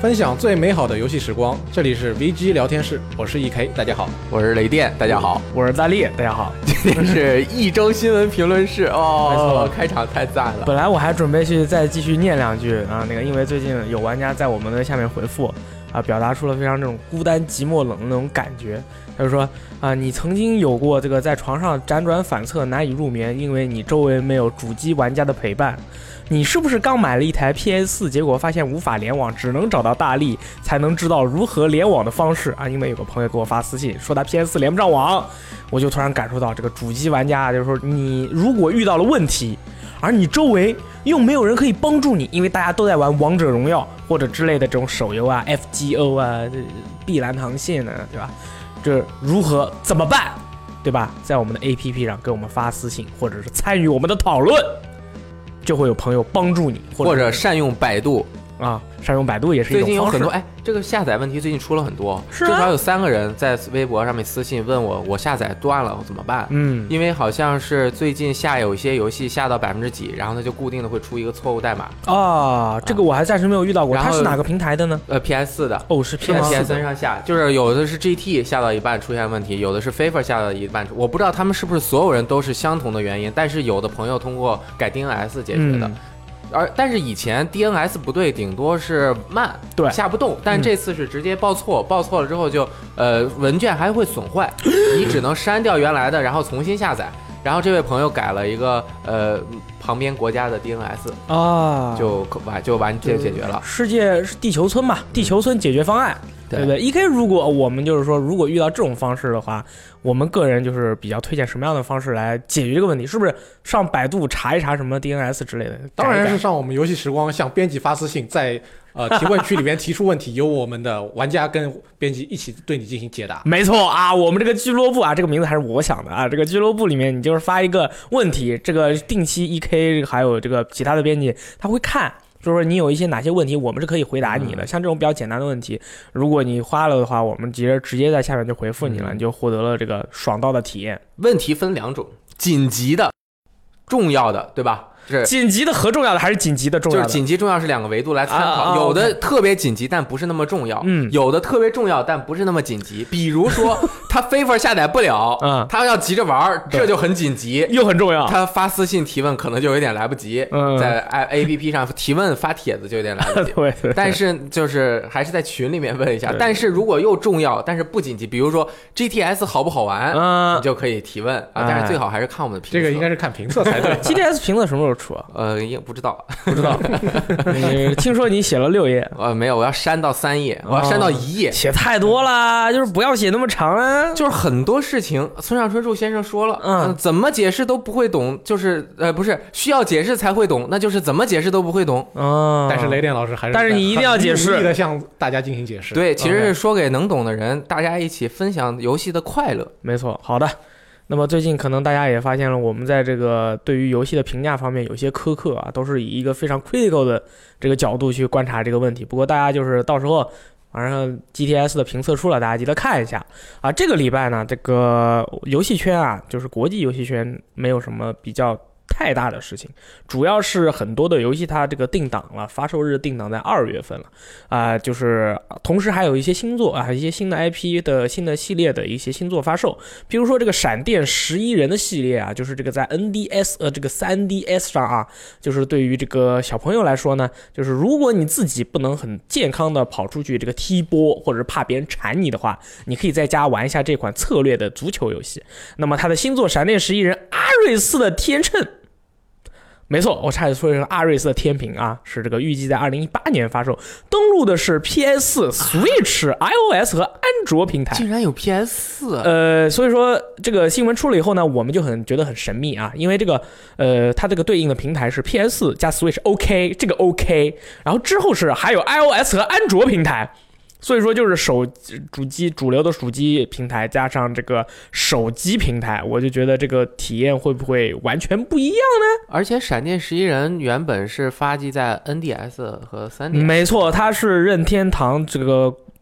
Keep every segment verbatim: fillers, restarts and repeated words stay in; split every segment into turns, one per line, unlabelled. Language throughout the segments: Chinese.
分享最美好的游戏时光，这里是 V G 聊天室，我是 E K， 大家好。
我是雷电，大家好。
我是大力，大家好。
今天是一周新闻评论室哦，
没错，
开场太赞了。
本来我还准备去再继续念两句啊，那个因为最近有玩家在我们的下面回复啊，表达出了非常这种孤单寂寞冷的那种感觉。他就说啊，你曾经有过这个在床上辗转反侧难以入眠，因为你周围没有主机玩家的陪伴。你是不是刚买了一台 P S 四， 结果发现无法联网，只能找到大力才能知道如何联网的方式啊？因为有个朋友给我发私信说他 P S 四 连不上网，我就突然感受到这个主机玩家就是说，你如果遇到了问题，而你周围又没有人可以帮助你，因为大家都在玩王者荣耀或者之类的这种手游啊 F G O 啊碧蓝航线呢，对吧？这如何怎么办，对吧？在我们的 A P P 上给我们发私信，或者是参与我们的讨论，就会有朋友帮助你，或者,
或者善用百度
啊，善用百度也是一种方式。
最近有很多哎，这个下载问题最近出了很多，
是啊、
至少有三个人在微博上面私信问我，我下载断了我怎么办？
嗯，
因为好像是最近下有一些游戏下到百分之几，然后它就固定的会出一个错误代码
啊。这个我还暂时没有遇到过，它是哪个平台的呢？
呃 ，P S 四 的。
哦，是 P S
四 上下，就是有的是 G T 下到一半出现问题，有的是 FIFA 下到一半，我不知道他们是不是所有人都是相同的原因，但是有的朋友通过改 D N S 解决的。嗯，而但是以前 D N S 不对，顶多是慢，
对，
下不动。但这次是直接报错，嗯、报错了之后就呃文件还会损坏，你只能删掉原来的，然后重新下载。然后这位朋友改了一个呃旁边国家的 D N S
啊，
就完就完全解决了。
世界是地球村嘛，地球村解决方案。对不对 ？E K， 如果我们就是说，如果遇到这种方式的话，我们个人就是比较推荐什么样的方式来解决这个问题？是不是上百度查一查什么 D N S 之类的？
当然是上我们游戏时光向编辑发私信，在呃提问区里面提出问题，由我们的玩家跟编辑一起对你进行解答。
没错啊，我们这个俱乐部啊，这个名字还是我想的啊。这个俱乐部里面，你就是发一个问题，这个定期 E K 还有这个其他的编辑他会看。就是说你有一些哪些问题，我们是可以回答你的。嗯、像这种比较简单的问题，如果你花了的话，我们直接直接在下面就回复你了，嗯、你就获得了这个爽到的体验。
问题分两种，紧急的、重要的，对吧？是
紧急的和重要的还是紧急的重要的？
就是紧急重要是两个维度来参考，
啊啊、
有的特别紧急但不是那么重要，
嗯，
有的特别重要但不是那么紧急。比如说他 FIFA 下载不了，嗯，他要急着玩，这就很紧急
又很重要。
他发私信提问可能就有点来不及，
嗯，
在 A P P 上提问发帖子就有点来不及。
对, 对，
但是就是还是在群里面问一下。但是如果又重要但是不紧急，比如说 G T S 好不好玩，嗯，你就可以提问啊。但是最好还是看我们的评测，
这个应该是看评测才对。
G T S 评测什么时候出啊？
呃。不知道，
不知道。听说你写了六页，
呃，没有，我要删到三页，我要删到一页，
哦、写太多了，就是不要写那么长啊。
就是很多事情，村上春树先生说了，嗯、呃，怎么解释都不会懂，就是呃，不是需要解释才会懂，那就是怎么解释都不会懂。
哦，
但是雷电老师还是，
但是你一定要解释，
努力的向大家进行解释。
对，其实是说给能懂的人，大家一起分享游戏的快乐。
没错，好的。那么最近可能大家也发现了，我们在这个对于游戏的评价方面有些苛刻啊，都是以一个非常 critical 的这个角度去观察这个问题。不过大家就是到时候反正 G T S 的评测出了，大家记得看一下啊。这个礼拜呢，这个游戏圈啊，就是国际游戏圈没有什么比较太大的事情，主要是很多的游戏它这个定档了，发售日定档在二月份了啊、呃，就是同时还有一些新作啊，一些新的 I P 的新的系列的一些新作发售，比如说这个闪电十一人的系列啊，就是这个在 N D S 呃这个 三 D S 上啊，就是对于这个小朋友来说呢，就是如果你自己不能很健康的跑出去这个踢波，或者是怕别人缠你的话，你可以在家玩一下这款策略的足球游戏。那么它的新作闪电十一人阿瑞斯的天秤。没错，我差点说一声阿瑞斯的天平啊，是这个预计在二零一八年发售，登陆的是 P S 四、Switch、iOS 和安卓平台。
竟然有 P S 四？
呃，所以说这个新闻出了以后呢，我们就很觉得很神秘啊，因为这个呃，它这个对应的平台是 P S 四 加 Switch OK， 这个 OK， 然后之后是还有 iOS 和安卓平台。所以说就是手主机主流的主机平台加上这个手机平台，我就觉得这个体验会不会完全不一样呢？
而且闪电十一人原本是发迹在 N D S 和 三 D S，
没错，它是任天堂这个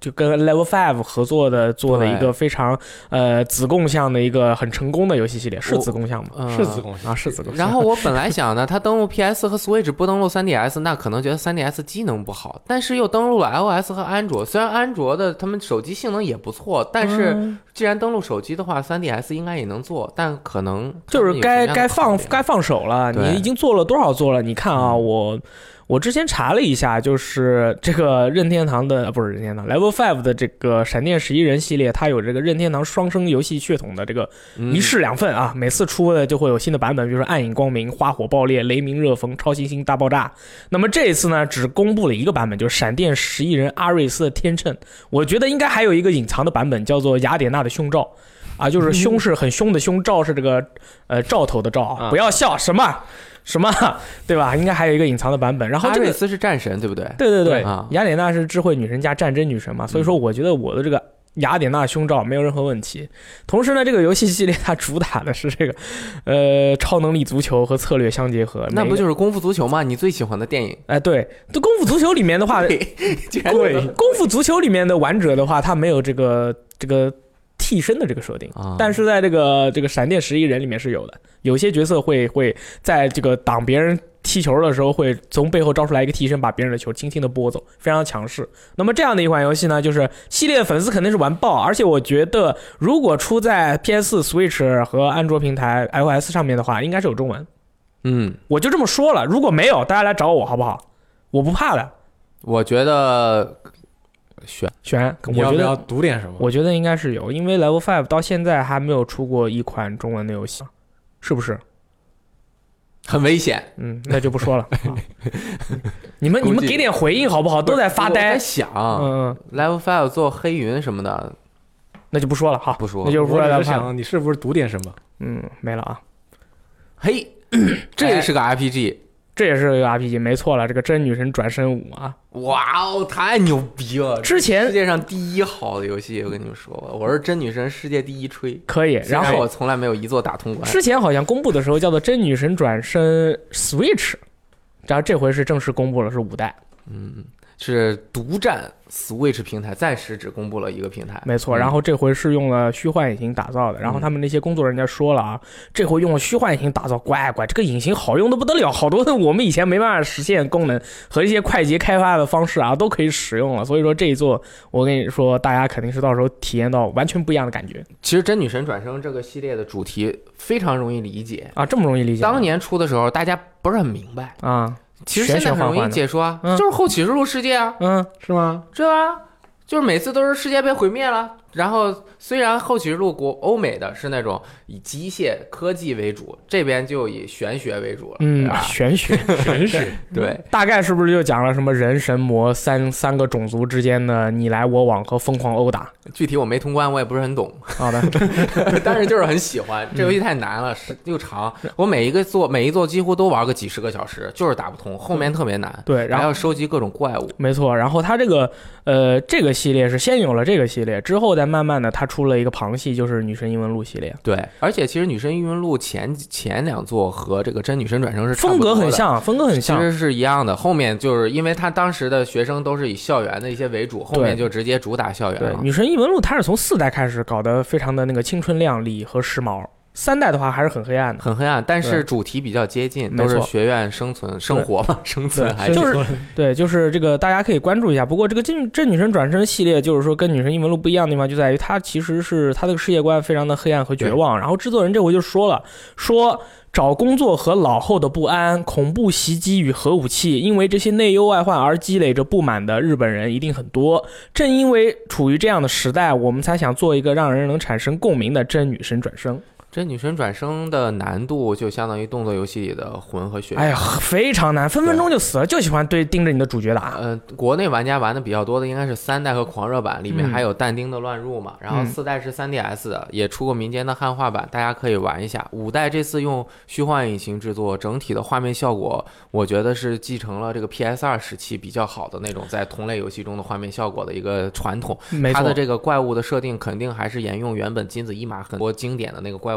就跟 Level Five 合作的做的一个非常呃子供向的一个很成功的游戏系列，是子供向吗？
呃、
是子供向
啊，是子供向。
然后我本来想呢，它登录 P S 和 Switch 不登录 三 D S， 那可能觉得 三 D S 机能不好，但是又登录了 iOS 和安卓。虽然安卓的他们手机性能也不错，但是既然登录手机的话 ，三 D S 应该也能做，但可能
就是该该放该放手了。你已经做了多少做了？你看啊，我。我之前查了一下，就是这个任天堂的不是任天堂 Level Five 的这个闪电十一人系列，它有这个任天堂双生游戏血统的这个一式两份啊，嗯、每次出的就会有新的版本，比如说暗影光明、花火爆裂、雷鸣热风、超新星大爆炸。那么这一次呢，只公布了一个版本，就是闪电十一人阿瑞斯的天秤。我觉得应该还有一个隐藏的版本，叫做雅典娜的胸罩。啊，就是胸是很凶的胸，罩是这个呃兆头的兆啊，不要笑什么。什么对吧？应该还有一个隐藏的版本。然后这个
阿瑞斯是战神，对不对？
对对对，
啊、
雅典娜是智慧女神加战争女神嘛，所以说我觉得我的这个雅典娜胸罩没有任何问题。同时呢，这个游戏系列它主打的是这个呃超能力足球和策略相结合。
那不就是功夫足球吗？你最喜欢的电影？
哎，对，这功夫足球里面的话，
对，
功夫足球里面的玩者的话，他没有这个这个。替身的这个设定，但是在这个这个闪电十一人里面是有的，有些角色会会在这个挡别人踢球的时候，会从背后招出来一个替身，把别人的球轻轻的拨走，非常强势。那么这样的一款游戏呢，就是系列的粉丝肯定是玩爆，而且我觉得如果出在 P S、Switch 和安卓平台 iOS 上面的话，应该是有中文。
嗯，
我就这么说了，如果没有，大家来找我好不好？我不怕的。
我觉得。选
选，
你要不要读点什么？
我觉得应该是有，因为 Level Five 到现在还没有出过一款中文的游戏，是不是？
很危险。
嗯，那就不说了。你们你们给点回应好不好？都在发呆。
我在想，
嗯
，Level Five 做黑云什么的，
那就不说了哈，
不说。
那就不说了。
我只是想你是不是读点什么？
嗯，没了啊。
嘿，这也是个 R P G。
这也是个 R P G， 没错了，这个真女神转身五啊！
哇哦，太牛逼了！
之前
世界上第一好的游戏，我跟你们说，我是真女神世界第一吹，
可以。然后
我从来没有一座打通关。
之前好像公布的时候叫做真女神转身 Switch， 然后这回是正式公布了，是五代。
嗯，是独占 Switch 平台，暂时只公布了一个平台。
没错，然后这回是用了虚幻引擎打造的，然后他们那些工作人员说了啊，这回用了虚幻引擎打造，乖乖，这个引擎好用的不得了，好多的我们以前没办法实现功能和一些快捷开发的方式啊，都可以使用了。所以说这一座，我跟你说，大家肯定是到时候体验到完全不一样的感觉。
其实真女神转生这个系列的主题非常容易理解
啊，这么容易理解？
当年出的时候，大家不是很明白
啊。
其实现在很容易解说啊，嗯、就是后启示录世界啊，
嗯，
是吗？
对啊，就是每次都是世界被毁灭了，然后虽然后启示录国欧美的是那种以机械科技为主，这边就以玄学为主了，
嗯，玄学，
玄学，
对，
大概是不是就讲了什么人神魔三三个种族之间的你来我往和疯狂殴打？
具体我没通关，我也不是很懂。
好的，
但是就是很喜欢，这游戏太难了，又长，我每一个座每一座几乎都玩个几十个小时，就是打不通，后面特别难。
对，然后
还要收集各种怪物。
没错，然后它这个呃这个系列是先有了这个系列，之后再慢慢的它出了一个旁系，就是女神异闻录系列。
对，而且其实女神异闻录前前两座和这个真女神转生是差不
风
多的
格很像，风格很像，
其实是一样的。后面就是因为他当时的学生都是以校园的一些为主，后面就直接主打校园了。
对，女神异闻录它是从四代开始搞得非常的那个青春靓丽和时髦。三代的话还是很黑暗的，
很黑暗，但是主题比较接近，都是学院生存生活嘛，生存还
就是对，就是这个大家可以关注一下。不过这个真真女神转生系列，就是说跟女神异闻录不一样的地方就在于它其实是它这个世界观非常的黑暗和绝望。然后制作人这回就说了，说找工作和老后的不安、恐怖袭击与核武器，因为这些内忧外患而积累着不满的日本人一定很多。正因为处于这样的时代，我们才想做一个让人能产生共鸣的真女神转生。
真女神转生的难度就相当于动作游戏里的魂和血。
哎呀，非常难，分分钟就死了，就喜欢对盯着你的主角打。
呃，国内玩家玩的比较多的应该是三代和狂热版，里面还有但丁的乱入嘛。嗯、然后四代是 三 D S 的，也出过民间的汉化版，大家可以玩一下。五代这次用虚幻引擎制作，整体的画面效果，我觉得是继承了这个 P S 二 时期比较好的那种在同类游戏中的画面效果的一个传统。
没错，
它的这个怪物的设定肯定还是沿用原本金子一马很多经典的那个怪物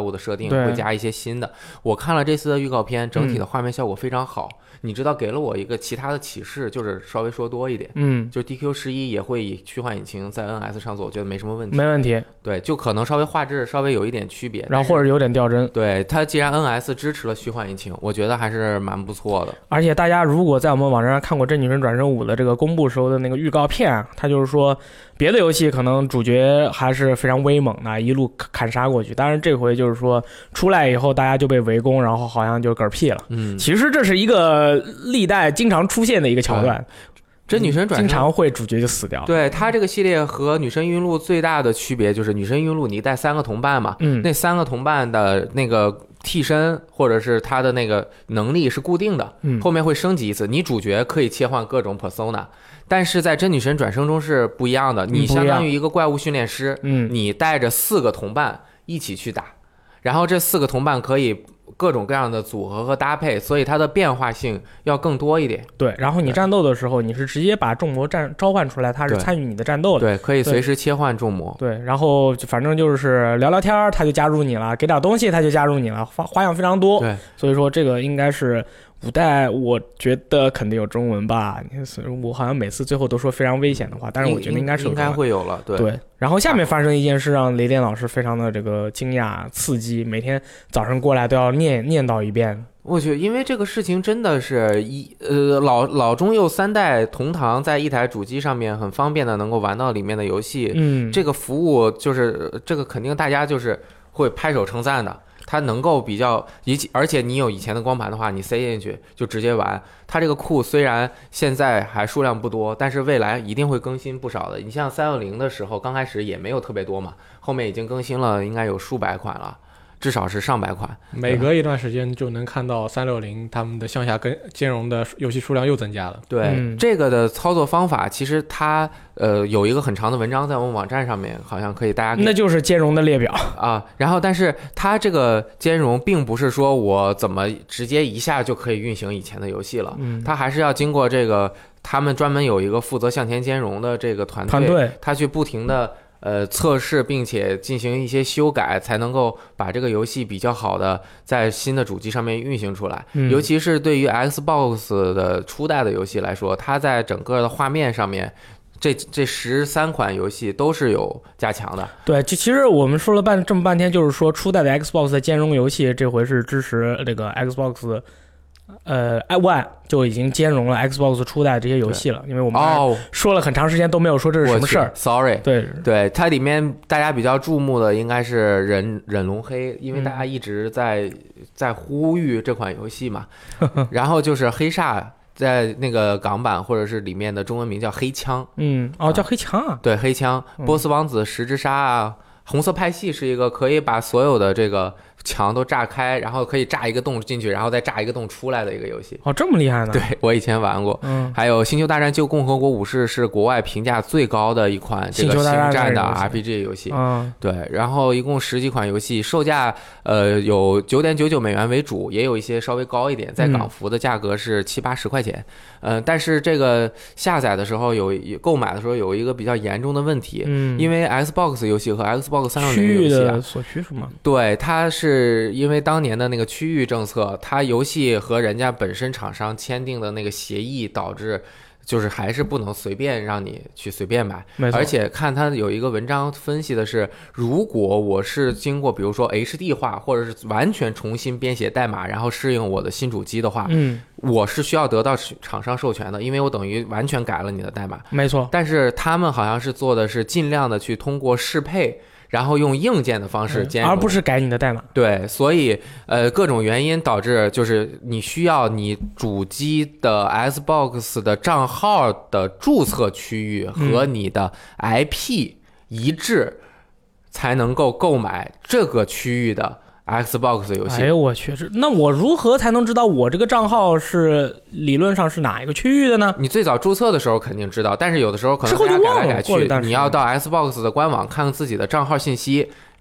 物的设定，
对
会加一些新的。我看了这次的预告片，整体的画面效果非常好。嗯你知道给了我一个其他的启示，就是稍微说多一点，
嗯，
就 D Q 十一也会以虚幻引擎在 N S 上做，我觉得没什么问题，
没问题。
对，就可能稍微画质稍微有一点区别，
然后或者有点掉帧。
对，它既然 N S 支持了虚幻引擎，我觉得还是蛮不错的。
而且大家如果在我们网站上看过《真女神转生五》的这个公布时候的那个预告片，它就是说别的游戏可能主角还是非常威猛的，一路砍杀过去，但是这回就是说出来以后大家就被围攻，然后好像就嗝屁了。
嗯，
其实这是一个历代经常出现的一个桥段。
真女神转生
经常会主角就死掉。
对，它这个系列和女神异闻录最大的区别就是女神异闻录你带三个同伴嘛，
嗯，
那三个同伴的那个替身或者是他的那个能力是固定的，
嗯，
后面会升级一次，你主角可以切换各种 persona， 但是在真女神转生中是不一样的，你相当于一个怪物训练师，
嗯，
你带着四个同伴一起去打，然后这四个同伴可以各种各样的组合和搭配，所以它的变化性要更多一点。
对，然后你战斗的时候，你是直接把众魔战召唤出来，他是参与你的战斗的。
对，可以随时切换众魔。
对，然后反正就是聊聊天，他就加入你了；给点东西，他就加入你了，花花样非常多。
对，
所以说这个应该是五代，我觉得肯定有中文吧。我好像每次最后都说非常危险的话，但是我觉得应该是有
应该会有了。对。
对，然后下面发生一件事，让雷电老师非常的这个惊讶、刺激，每天早上过来都要念念叨一遍。
我觉得，因为这个事情真的是一呃老老中幼三代同堂在一台主机上面很方便的能够玩到里面的游戏，
嗯，
这个服务就是这个肯定大家就是会拍手称赞的。它能够比较，而且你有以前的光盘的话，你塞进去就直接玩。它这个库虽然现在还数量不多，但是未来一定会更新不少的。你像三六零的时候，刚开始也没有特别多嘛，后面已经更新了，应该有数百款了。至少是上百款，
每隔一段时间就能看到三六零他们的向下跟兼容的游戏数量又增加了。
对、
嗯、
这个的操作方法，其实它呃有一个很长的文章在我们网站上面，好像可以大家可以
那就是兼容的列表
啊。然后，但是它这个兼容并不是说我怎么直接一下就可以运行以前的游戏了，
嗯，
它还是要经过这个他们专门有一个负责向前兼容的这个团队，
团队
他去不停的。呃，测试并且进行一些修改，才能够把这个游戏比较好的在新的主机上面运行出来。
嗯、
尤其是对于 Xbox 的初代的游戏来说，它在整个的画面上面，这这十三款游戏都是有加强的。
对，其实我们说了半这么半天，就是说初代的 Xbox 的兼容游戏，这回是支持这个 Xbox。呃 ，One 就已经兼容了 Xbox 初代这些游戏了，因为我们说了很长时间都没有说这是什么事儿。
Sorry，
对
对，它里面大家比较注目的应该是忍忍龙黑，因为大家一直在、嗯、在呼吁这款游戏嘛。然后就是黑煞，在那个港版或者是里面的中文名叫黑枪。
嗯，哦，叫黑枪啊。
对，黑枪，波斯王子十之杀啊，红色派系是一个可以把所有的这个。墙都炸开，然后可以炸一个洞进去，然后再炸一个洞出来的一个游戏。
哦，这么厉害呢？
对，我以前玩过。
嗯，
还有《星球大战旧共和国武士》是国外评价最高的一款这个星战的 R P G 游戏。
嗯，
对，然后一共十几款游戏，售价呃有九点九九美元为主，也有一些稍微高一点，在港服的价格是七八十块钱。嗯、呃，但是这个下载的时候有购买的时候有一个比较严重的问题，
嗯，
因为 Xbox 游戏和 Xbox 三六零
区域
游戏啊，
所需是吗？
对，它是。是因为当年的那个区域政策，它游戏和人家本身厂商签订的那个协议，导致就是还是不能随便让你去随便买。而且看它有一个文章分析的是，如果我是经过比如说 H D 化，或者是完全重新编写代码，然后适应我的新主机的话，
嗯，
我是需要得到厂商授权的，因为我等于完全改了你的代码。
没错。
但是他们好像是做的是尽量的去通过适配。然后用硬件的方式兼容、
嗯，而不是改你的代码。
对，所以呃各种原因导致就是你需要你主机的 Xbox 的账号的注册区域和你的 I P 一致，才能够购买这个区域的 Xbox 游戏。
哎呦我去，那我如何才能知道我这个账号是理论上是哪一个区域的呢？
你最早注册的时候肯定知道，但是有的时候可能大家改来改去，你要到 Xbox 的官网看看自己的账号信息，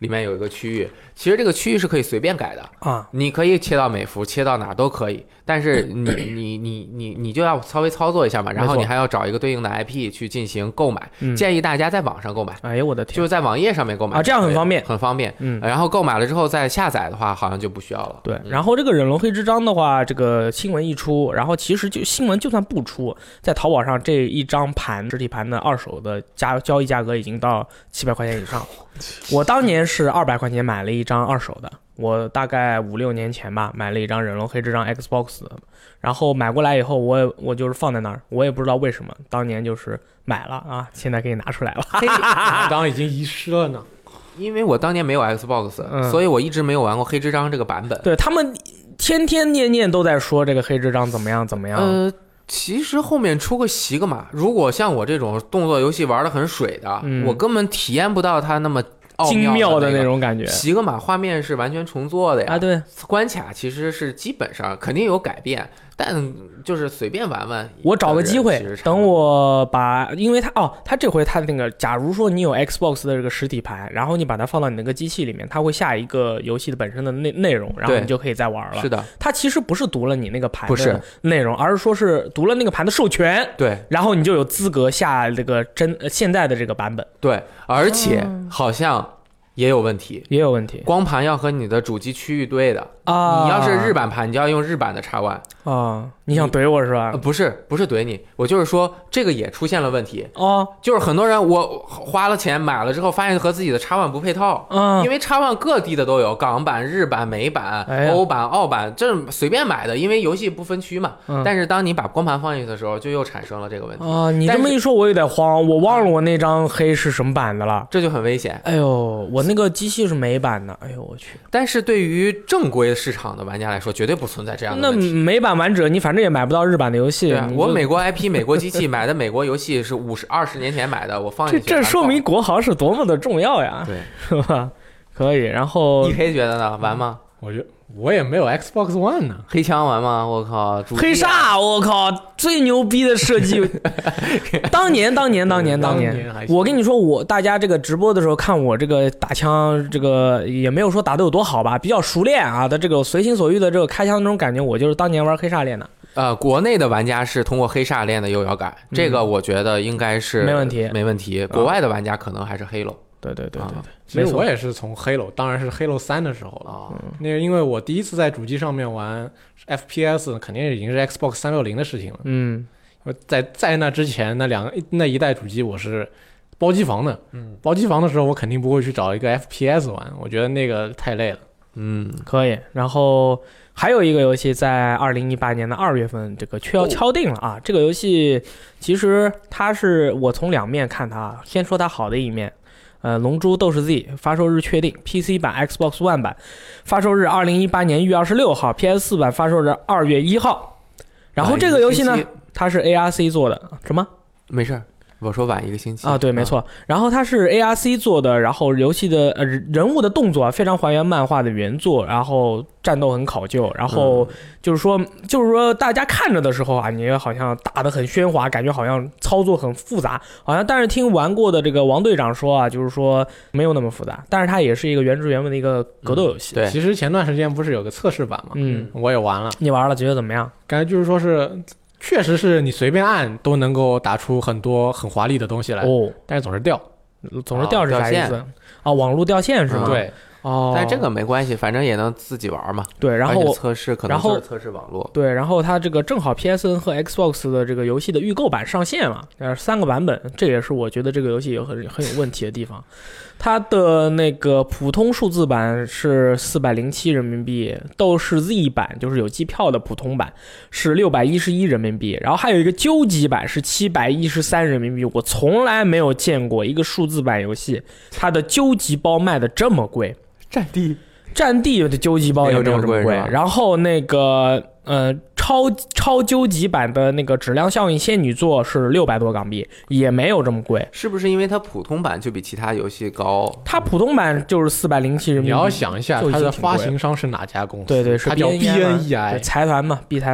里面有一个区域，其实这个区域是可以随便改的
啊，
你可以切到美服，切到哪儿都可以，但是你你你你你就要稍微操作一下嘛，然后你还要找一个对应的 I P 去进行购买，
嗯、
建议大家在网上购买。
哎呦我的天，
就是在网页上面购买
啊，这样很方便，
很方便。
嗯，
然后购买了之后再下载的话，好像就不需要了。
对，然后这个忍龙黑之章的话，这个新闻一出，然后其实就新闻就算不出，在淘宝上这一张盘实体盘的二手的价交易价格已经到七百块钱以上。我当年是二百块钱买了一张二手的，我大概五六年前吧买了一张忍龙黑之章 Xbox 的，然后买过来以后，我也我就是放在那儿，我也不知道为什么，当年就是买了啊，现在可以拿出来了。
那张已经遗失了呢。
因为我当年没有 Xbox，、嗯、所以我一直没有玩过黑之章这个版本。
对他们天天念念都在说这个黑之章怎么样怎么样。
呃，其实后面出个席格玛，如果像我这种动作游戏玩得很水的，
嗯、
我根本体验不到它那么奥
精妙
的
那种感觉。
席格玛画面是完全重做的呀，
啊对，
关卡其实是基本上肯定有改变，但就是随便玩玩。
我找个机会，等我把，因为它哦，它这回它那个，假如说你有 Xbox 的这个实体盘，然后你把它放到你那个机器里面，它会下一个游戏的本身的内内容，然后你就可以再玩了。
是的，
它其实不是读了你那个盘的内容，而是说是读了那个盘的授权，
对，
然后你就有资格下这个真现在的这个版本。
对，而且好像也有问题，
也有问题。
光盘要和你的主机区域对的
啊！
你要是日版盘，你就要用日版的插腕
啊！你想怼我是吧？
呃、不是，不是怼你，我就是说这个也出现了问题
哦。
就是很多人我花了钱买了之后，发现和自己的插腕不配套，
嗯，
因为插腕各地的都有，港版、日版、美版、
哎、
欧版、澳版，这随便买的，因为游戏不分区嘛。
嗯、
但是当你把光盘放进去的时候，就又产生了这个问题
啊！你这么一说，我有点慌，我忘了我那张黑是什么版的了，
这就很危险。
哎呦，我那个机器是美版的，哎呦我去！
但是对于正规市场的玩家来说，绝对不存在这样的问题。
那美版玩者，你反正也买不到日版的游戏。
对啊，我美国 I P、美国机器买的美国游戏是五十二十年前买的，我放进去。
这这说明国行是多么的重要呀！
对，
是吧？可以。然后
E K 觉得呢？玩吗？
我觉得我也没有 Xbox One 呢。
黑枪玩吗？我靠！
黑煞，我靠！最牛逼的设计，当年当年当年当年，我跟你说，我大家这个直播的时候看我这个打枪，这个也没有说打得有多好吧，比较熟练啊的这个随心所欲的这个开枪那种感觉，我就是当年玩黑煞练的。
呃，国内的玩家是通过黑煞练的右摇杆，这个我觉得应该是
没问题，
没问题。国外的玩家可能还是 Halo。
对对对对对，
其实我也是从 Halo， 当然是 Halo 三的时候了。
啊，
那个因为我第一次在主机上面玩 F P S， 肯定已经是 Xbox 三六零的事情了。
嗯，
在在那之前那两那一代主机我是包机房的。嗯，包机房的时候我肯定不会去找一个 F P S 玩，我觉得那个太累了。
嗯，
可以。然后还有一个游戏在二零一八年的二月份这个却要敲定了啊！这个游戏其实它是我从两面看它，先说它好的一面。呃，龙珠斗士 Z 发售日确定 ，P C 版、Xbox One 版发售日二零一八年一月二十六号 ，P S 四 版发售日二月一号。然后这个游戏呢，它是 A R C 做的，什么？
没事，我说晚一个星期
啊，对，没错。然后它是 A R C 做的，然后游戏的呃人物的动作非常还原漫画的原作，然后战斗很考究，然后就是说、嗯、就是说大家看着的时候啊，你好像打得很喧哗，感觉好像操作很复杂，好像但是听玩过的这个王队长说啊，就是说没有那么复杂，但是它也是一个原汁原味的一个格斗游戏。
嗯、对，
其实前段时间不是有个测试版吗？
嗯，
我也玩了。
你玩了觉得怎么样？
感觉就是说是。确实是你随便按都能够打出很多很华丽的东西来，
哦，
但是总是掉，
总是掉是啥意思？啊、哦，网络掉线是吗？
嗯、对，
哦，
但这个没关系，反正也能自己玩嘛。
对，然后
测试可能就是测试网络。
对，然后它这个正好 P S N 和 Xbox 的这个游戏的预购版上线了，呃，三个版本，这也是我觉得这个游戏有很很有问题的地方。它的那个普通数字版是四百零七人民币，斗士 Z 版就是有机票的普通版是六百一十一人民币，然后还有一个究极版是七百一十三人民币。我从来没有见过一个数字版游戏它的究极包卖的这么贵。
战地
战地的究极包也没有这么贵，然后那个呃超超究极版的那个质量效应仙女座是六百多港币，也没有这么贵。
是不是因为它普通版就比其他游戏高？
它普通版就是四百零七人民币。
你要想一下，它的发行商是哪家公司？
对对，是
它叫 B N E I，
财团嘛， B 财阀嘛。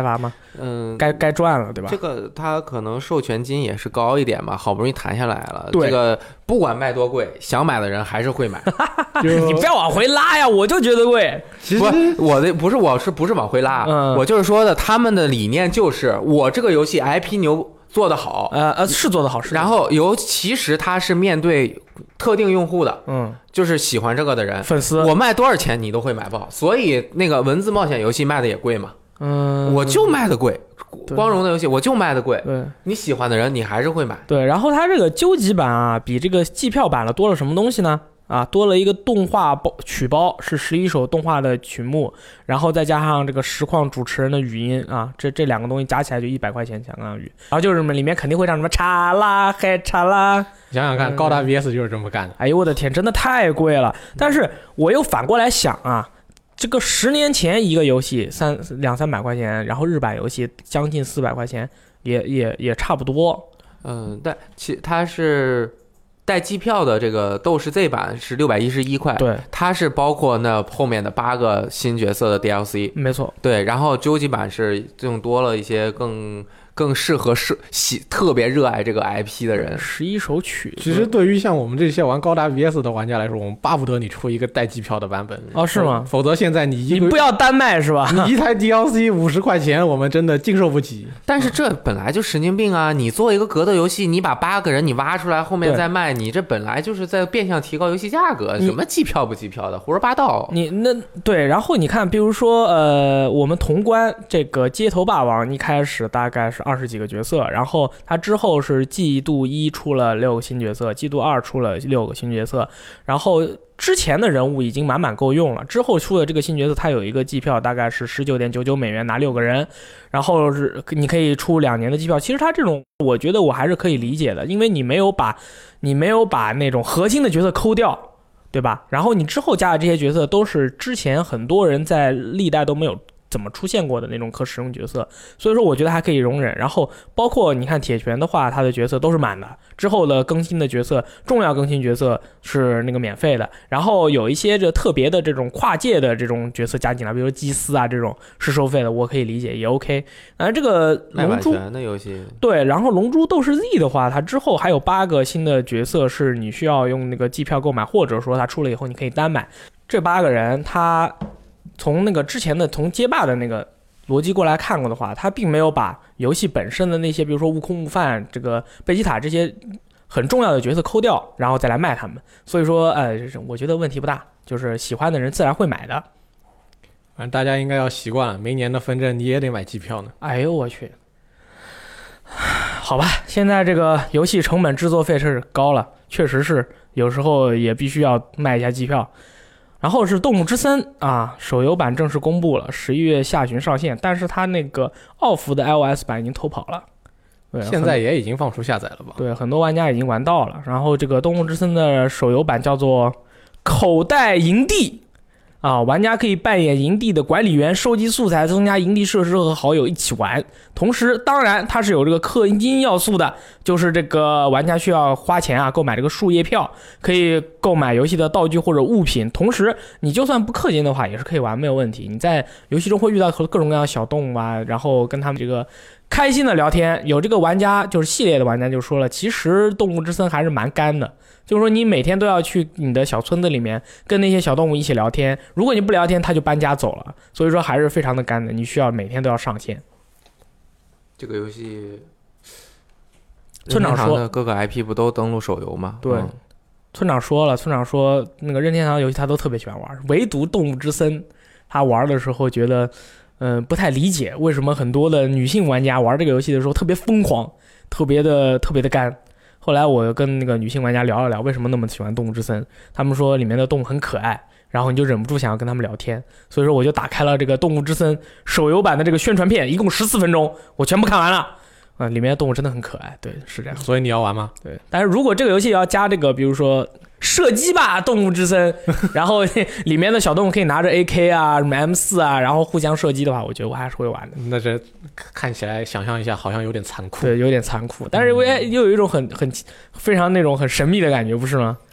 嗯，
该该赚了，对吧？
这个它可能授权金也是高一点吧，好不容易谈下来了。
对，
这个不管卖多贵，想买的人还是会买。
你不要往回拉呀，我就觉得贵。
其实
不，我的不是，我是不是往回拉？
嗯，
我就是说的，他们的理念就是我这个游戏 I P 牛做得好，
呃呃，是做得好，是。
然后尤其实它是面对特定用户的，
嗯，
就是喜欢这个的人，
粉丝，
我卖多少钱你都会买爆，所以那个文字冒险游戏卖的也贵嘛。
嗯，
我就卖的贵，光荣的游戏我就卖的贵，
对，
你喜欢的人你还是会买。
对，然后它这个究极版啊，比这个季票版了多了什么东西呢？啊，多了一个动画包曲包，是十一首动画的曲目，然后再加上这个实况主持人的语音啊，这这两个东西加起来就一百块钱相当于。然后就是什么里面肯定会唱什么查啦嘿查啦，
想想看，高达 V S 就是这么干的。
哎呦我的天，真的太贵了。但是我又反过来想啊，这个十年前一个游戏三两三百块钱，然后日版游戏将近四百块钱，也也也差不多。
嗯，但其它是带机票的这个斗士 Z 版是六百一十一块，
对，
它是包括那后面的八个新角色的 D L C，
没错，
对，然后究极版是更多了一些更更适合是喜特别热爱这个 I P 的人。
十一首曲，
其实对于像我们这些玩高达 V S 的玩家来说，我们巴不得你出一个带机票的版本。
哦，是吗？
否则现在你一
你不要单卖是吧？
你一台 D L C 五十块钱，我们真的经受不起。
但是这本来就神经病啊！你做一个格斗游戏，你把八个人你挖出来，后面再卖，你这本来就是在变相提高游戏价格。什么机票不机票的，胡说八道。
你那对，然后你看，比如说呃，我们潼关这个街头霸王一开始大概是二十几个角色。然后它之后是季度一出了六个新角色，季度二出了六个新角色，然后之前的人物已经满满够用了，之后出的这个新角色它有一个季票大概是十九点九九美元拿六个人，然后是你可以出两年的季票。其实它这种我觉得我还是可以理解的，因为你没有把你没有把那种核心的角色抠掉，对吧？然后你之后加的这些角色都是之前很多人在历代都没有怎么出现过的那种可使用角色，所以说我觉得还可以容忍。然后包括你看铁拳的话，他的角色都是满的，之后的更新的角色重要更新角色是那个免费的，然后有一些这特别的这种跨界的这种角色加进来，比如说基斯啊这种是收费的，我可以理解也 OK。而这个龙珠
的游戏
对，然后龙珠斗士 Z 的话，它之后还有八个新的角色是你需要用那个季票购买，或者说它出了以后你可以单买。这八个人他从那个之前的从街霸的那个逻辑过来看过的话，他并没有把游戏本身的那些比如说悟空悟饭这个贝吉塔这些很重要的角色抠掉，然后再来卖他们。所以说呃我觉得问题不大，就是喜欢的人自然会买的。
反正大家应该要习惯了，每年的分证你也得买机票呢。
哎呦我去，好吧，现在这个游戏成本制作费是高了，确实是有时候也必须要卖一下机票。然后是《动物之森》啊，手游版正式公布了，十一月下旬上线，但是它那个奥服的 iOS 版已经偷跑了，对，
现在也已经放出下载了吧？
对，很多玩家已经玩到了。然后这个《动物之森》的手游版叫做《口袋营地》啊，玩家可以扮演营地的管理员，收集素材，增加营地设施和好友一起玩。同时，当然它是有这个氪金要素的，就是这个玩家需要花钱啊购买这个树叶票，可以购买游戏的道具或者物品。同时，你就算不氪金的话，也是可以玩，没有问题。你在游戏中会遇到各种各样的小动物啊，然后跟他们这个开心的聊天。有这个玩家就是系列的玩家就说了，其实动物之森还是蛮干的，就是说你每天都要去你的小村子里面跟那些小动物一起聊天，如果你不聊天他就搬家走了，所以说还是非常的干的，你需要每天都要上线。
这个游戏
村长说
各个 I P 不都登录手游吗？
对、嗯、村长说了，村长说那个任天堂游戏他都特别喜欢玩，唯独动物之森他玩的时候觉得嗯、呃，不太理解为什么很多的女性玩家玩这个游戏的时候特别疯狂，特别的特别的干。后来我跟那个女性玩家聊了聊为什么那么喜欢动物之森，他们说里面的动物很可爱，然后你就忍不住想要跟他们聊天，所以说我就打开了这个动物之森手游版的这个宣传片，一共十四分钟，我全部看完了。啊、呃，里面的动物真的很可爱，对，是这样。
所以你要玩吗？
对，但是如果这个游戏要加这个，比如说射击吧动物之森，然后里面的小动物可以拿着 A K 啊，什么 M 四 啊，然后互相射击的话，我觉得我还是会玩的。
那这看起来想象一下，好像有点残酷。
对，有点残酷，但是又又有一种很很非常那种很神秘的感觉，不是吗？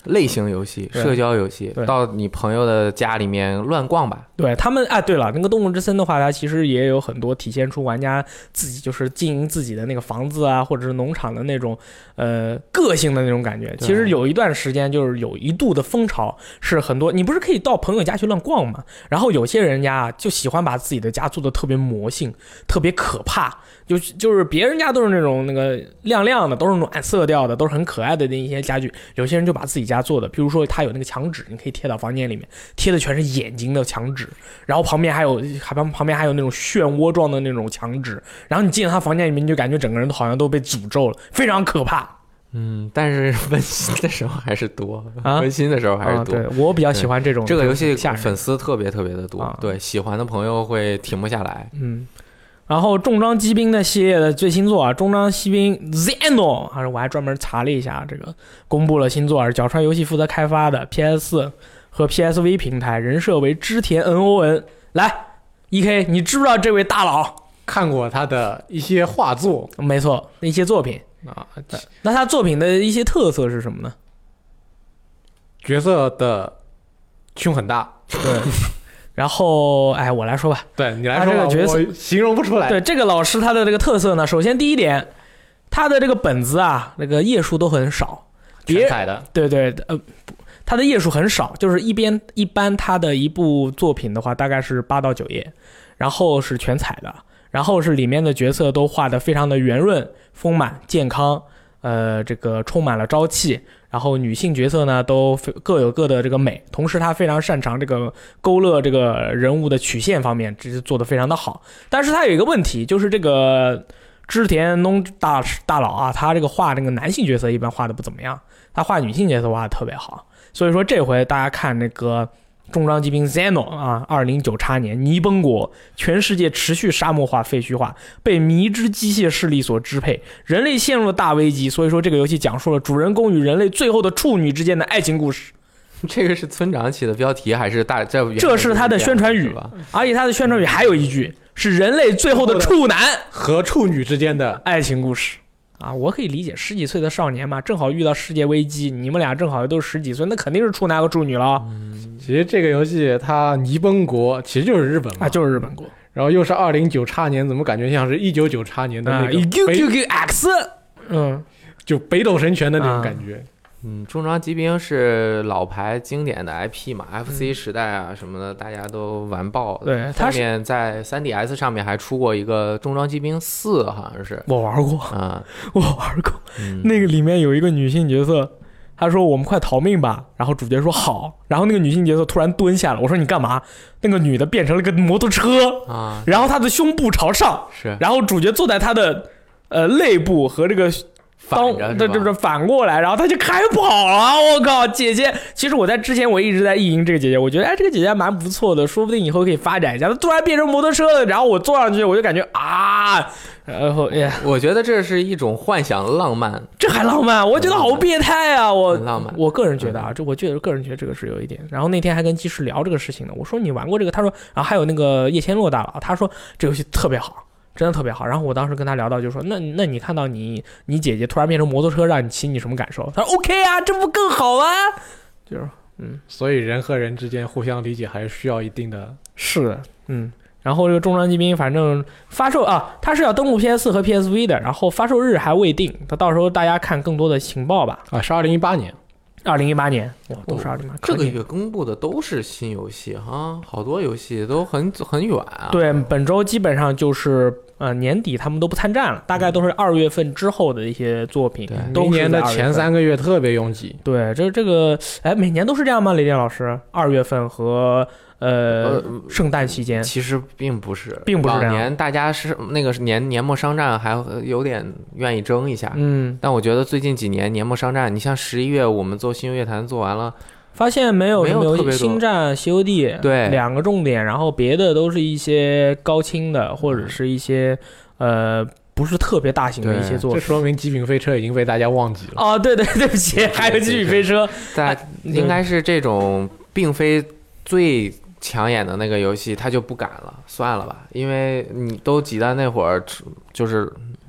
类型游戏、社交游戏，到你朋友的家里面乱逛吧。
对他们，哎，对了，那个动物之森的话，它其实也有很多体现出玩家自己就是经营自己的那个房子啊，或者是农场的那种呃个性的那种感觉。其实有一段时间就是有一度的风潮，是很多你不是可以到朋友家去乱逛嘛？然后有些人家就喜欢把自己的家做的特别魔性、特别可怕，就就是别人家都是那种那个亮亮的，都是暖色调的，都是很可爱的那一些家具，有些人就把自己家做的，比如说他有那个墙纸，你可以贴到房间里面，贴的全是眼睛的墙纸，然后旁边还有还旁旁边还有那种漩涡状的那种墙纸，然后你进了他房间里面，你就感觉整个人都好像都被诅咒了，非常可怕。
嗯，但是温馨的时候还是多，啊、温馨的时候还是多。
啊、对，我比较喜欢这种。
这个游戏粉丝特别特别的多，啊、对，喜欢的朋友会停不下来。
嗯。然后重装机兵的系列的最新作啊，重装机兵 Xeno， 还是我还专门查了一下，这个公布了新作，是角川游戏负责开发的 P S 四 和 P S V 平台，人设为织田 N O N。来 ，E K， 你知不知道这位大佬？
看过他的一些画作，
没错，一些作品
啊。
那他作品的一些特色是什么呢？
角色的胸很大，
对。然后，哎，我来说吧。
对你来说吧，
这个角色
我形容不出来。
对这个老师他的这个特色呢，首先第一点，他的这个本子啊，那个页数都很少，
全彩的。
对对，呃，他的页数很少，就是一边一般他的一部作品的话，大概是八到九页，然后是全彩的，然后是里面的角色都画得非常的圆润、丰满、健康，呃，这个充满了朝气。然后女性角色呢都各有各的这个美，同时她非常擅长这个勾勒这个人物的曲线方面，这是做得非常的好。但是她有一个问题，就是这个织田农大大佬啊，他这个画这个男性角色一般画的不怎么样，他画女性角色画的特别好。所以说这回大家看那个重装机兵 Xeno 啊，二零九叉年泥崩国，全世界持续沙漠化、废墟化，被迷之机械势力所支配，人类陷入了大危机。所以说这个游戏讲述了主人公与人类最后的处女之间的爱情故事。
这个是村长起的标题还是大？这
这是他的宣传语，而且他的宣传语还有一句是人类最后的处男
和处女之间的
爱情故事。啊，我可以理解，十几岁的少年嘛，正好遇到世界危机，你们俩正好都是十几岁，那肯定是处男和处女了。
嗯，其实这个游戏它泥崩国其实就是日本嘛，
啊，就是日本国，
然后又是二零九叉年，怎么感觉像是一九九叉年的那个
Q Q Q X， 嗯，
就北斗神拳的那种感觉。啊
嗯，重装机兵是老牌经典的 I P 嘛 ，F C 时代啊什么的，大家都完爆。
对，
后面在 三 D S 上面还出过一个重装机兵四，好像是。
我玩过
啊，
我玩过、
嗯。
那个里面有一个女性角色，她说我们快逃命吧，然后主角说好，然后那个女性角色突然蹲下了，我说你干嘛？那个女的变成了个摩托车
啊，
然后她的胸部朝上，
是，
然后主角坐在她的呃肋部和这个。
反着
对对对，反过来，然后他就开跑了。我靠，姐姐！其实我在之前我一直在意淫这个姐姐，我觉得哎，这个姐姐蛮不错的，说不定以后可以发展一下。她突然变成摩托车了，然后我坐上去，我就感觉啊，然后哎，
我觉得这是一种幻想浪漫，
这还浪漫？我觉得好变态啊！我
浪漫，
我个人觉得啊，这我觉得个人觉得这个是有一点。然后那天还跟技师聊这个事情呢，我说你玩过这个？他说，然后还有那个叶千洛大佬，他说这游戏特别好。真的特别好，然后我当时跟他聊到，就说那那你看到你你姐姐突然变成摩托车让你骑，你什么感受？他说 OK 啊，这不更好啊？就是嗯，
所以人和人之间互相理解还是需要一定的。
是嗯，然后这个重装机兵反正发售啊，它是要登陆 P S 四 和 P S V 的，然后发售日还未定，它到时候大家看更多的情报吧。
啊，是二零一八年。
二零一八年，哇，都是二零一八。
这个月公布的都是新游戏哈，好多游戏都很很远啊。
对，本周基本上就是呃年底他们都不参战了，大概都是二月份之后的一些作品。
对，明年的前三个月特别拥挤。
对，这这个哎，每年都是这样吗？雷电老师，二月份和。呃，圣诞期间
其实并不是，
并不是这样。
往年大家是那个年年末商战还有点愿意争一下，
嗯，
但我觉得最近几年年末商战，你像十一月我们做新游乐坛做完了，
发现没有什么游戏，星战、C O D
对
两个重点，然后别的都是一些高清的或者是一些呃。不是特别大型的一些作品，
这说明极品飞车已经被大家忘记了。
哦，对对，对不起，还有极品飞车，
但应该是这种并非最抢眼的那个游戏，他就不敢了，算了吧，因为你都挤在那会儿，就是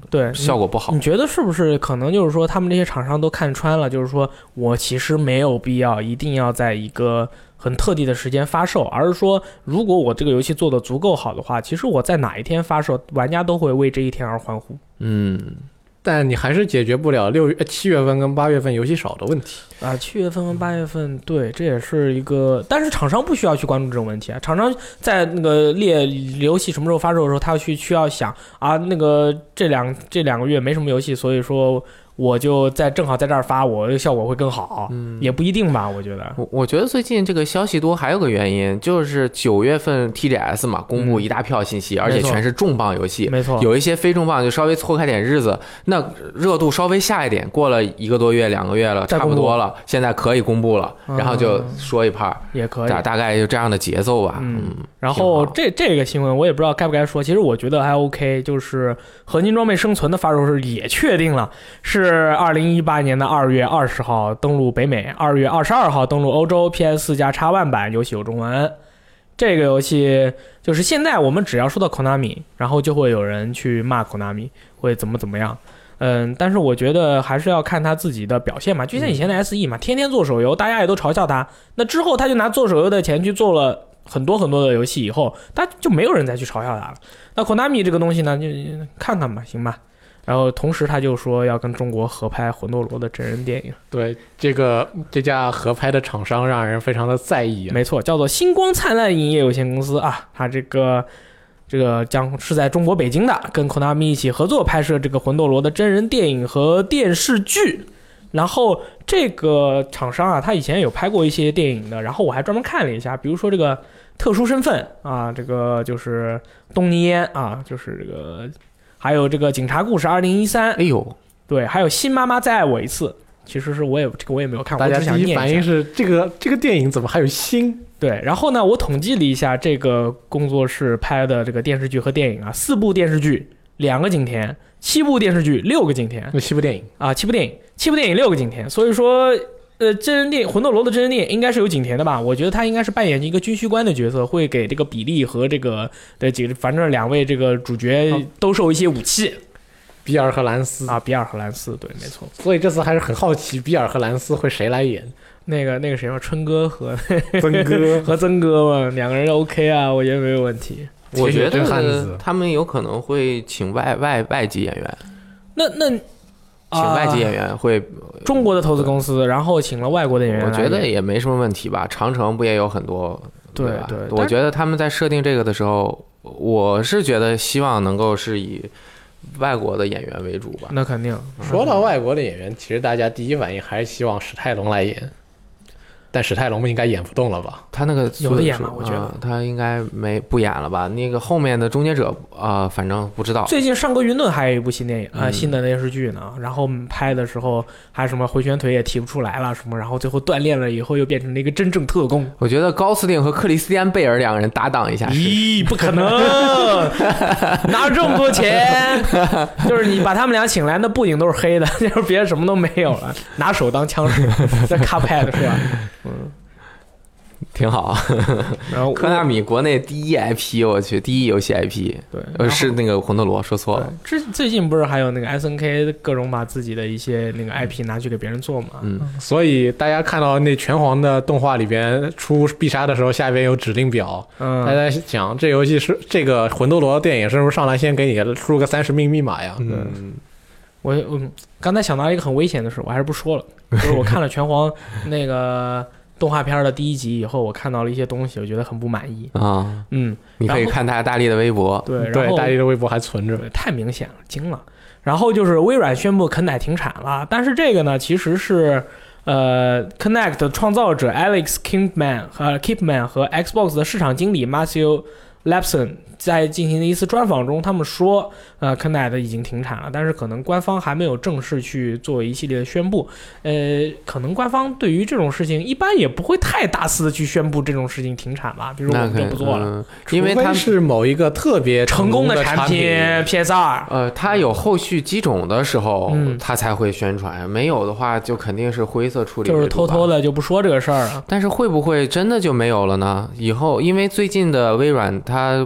对
效果不好。
你觉得是不是可能就是说他们这些厂商都看穿了，就是说我其实没有必要一定要在一个很特地的时间发售，而是说如果我这个游戏做得足够好的话，其实我在哪一天发售，玩家都会为这一天而欢呼。
嗯，
但你还是解决不了六月、七月份跟八月份游戏少的问题
啊。七月份和八月份，对，这也是一个，但是厂商不需要去关注这种问题啊。厂商在那个列游戏什么时候发售的时候，他要去需要想啊，那个这两这两个月没什么游戏，所以说我就在正好在这儿发，我的效果会更好，嗯，也不一定吧，我觉得。
我我觉得最近这个消息多还有个原因，就是九月份 T G S 嘛，公布一大票信息，嗯、而且全是重磅游戏，
没错。
有一些非重磅就稍微错开点日子，那热度稍微下一点，过了一个多月、两个月了，差不多了，现在可以公布了，然后就说一盘、
嗯、也可以，
大大概就这样的节奏吧。嗯，
嗯然后这这个新闻我也不知道该不该说，其实我觉得还 OK， 就是合金装备生存的发售日也确定了，是二零一八年的二月二十号登陆北美，二月二十二号登陆欧洲 P S 四 加 X one 版，游戏有中文。这个游戏就是现在我们只要说到 Konami， 然后就会有人去骂 Konami 会怎么怎么样。嗯，但是我觉得还是要看他自己的表现嘛，就像以前的 S E 嘛，天天做手游，大家也都嘲笑他。那之后他就拿做手游的钱去做了很多很多的游戏，以后他就没有人再去嘲笑他了。那 Konami 这个东西呢，就看看吧，行吧。然后同时他就说要跟中国合拍魂斗罗的真人电影。
对，这个这家合拍的厂商让人非常的在意、啊、
没错，叫做星光灿烂影业有限公司啊，他这个这个将是在中国北京的，跟 Konami 一起合作拍摄这个魂斗罗的真人电影和电视剧。然后这个厂商啊，他以前有拍过一些电影的，然后我还专门看了一下，比如说这个特殊身份啊，这个就是东尼烟啊，就是这个还有这个警察故事二零一三，
哎呦，
对，还有新妈妈再爱我一次，其实是我也这个我也没有看过，
大家第一反应是这个这个电影怎么还有新？
对，然后呢，我统计了一下这个工作室拍的这个电视剧和电影啊，四部电视剧，两个景田，七部电视剧，六个景田，
七部电影
啊，七部电影，七部电影六个景田，所以说。呃，真人电影《魂斗罗》的真人电影应该是有景田的吧？我觉得他应该是扮演一个军需官的角色，会给这个比利和这个的几个，反正两位这个主角兜售一些武器。
比尔和兰斯
啊，比尔和兰斯，对，没错。
所以这次还是很好奇，比尔和兰斯会谁来演？
那个那个谁嘛，春哥和
曾哥
和曾哥嘛，两个人 OK 啊，我觉得没有问题。
我觉得他们有可能会请外外外籍演员。
那那。
请外籍演员会、
呃、中国的投资公司，然后请了外国的演员，
我觉得也没什么问题吧。长城不也有很多？
对
吧？
对，
我觉得他们在设定这个的时候，我是觉得希望能够是以外国的演员为主吧。
那肯定。
说到外国的演员，其实大家第一反应还是希望史泰龙来演。但史泰龙应该演不动了吧？
他那个
有的演吗？我觉得、
呃、他应该没不演了吧？那个后面的终结者啊、呃，反正不知道。
最近上个云顿还有一部新电影啊、呃，新的电视剧呢。然后拍的时候还什么回旋腿也提不出来了什么，然后最后锻炼了以后又变成了一个真正特工。
我觉得高司令和克里斯蒂安贝尔两个人搭档一下，
咦，不可能，哪有这么多钱？就是你把他们俩请来，那布景都是黑的，就是别的什么都没有了，拿手当枪使，这卡拍的是吧？嗯，
挺好。然后科纳米国内第一 I P， 我去，第一游戏 I P，
对，
呃，是那个魂斗罗，说错了。
最最近不是还有那个 S N K 各种把自己的一些那个 I P 拿去给别人做嘛？
嗯，
所以大家看到那拳皇的动画里边出必杀的时候，下边有指令表，嗯，大家想这游戏是这个魂斗罗电影是不是上来先给你输个三十命密码呀？
嗯，我我刚才想到一个很危险的事，我还是不说了。就是我看了拳皇那个动画片的第一集以后，我看到了一些东西，我觉得很不满意
啊。
嗯，
你可以看他大力的微博，
对
对，大力的微博还存着，
太明显了，惊了。然后就是微软宣布肯乃停产了，但是这个呢，其实是呃 Kinect 的创造者 Alex Kipman 和 Kipman 和 Xbox 的市场经理 Matthew Lapson。在进行的一次专访中，他们说，呃 ，Kinect 已经停产了，但是可能官方还没有正式去做一系列的宣布。呃，可能官方对于这种事情一般也不会太大肆的去宣布这种事情停产吧，比如我们就不做了，
嗯、因为它
是某一个特别
成功的产品 P S 二。
呃，它有后续机种的时候，
嗯、
它才会宣传，没有的话就肯定是灰色处理，
就是偷偷的就不说这个事儿了。
但是会不会真的就没有了呢？以后因为最近的微软，它包括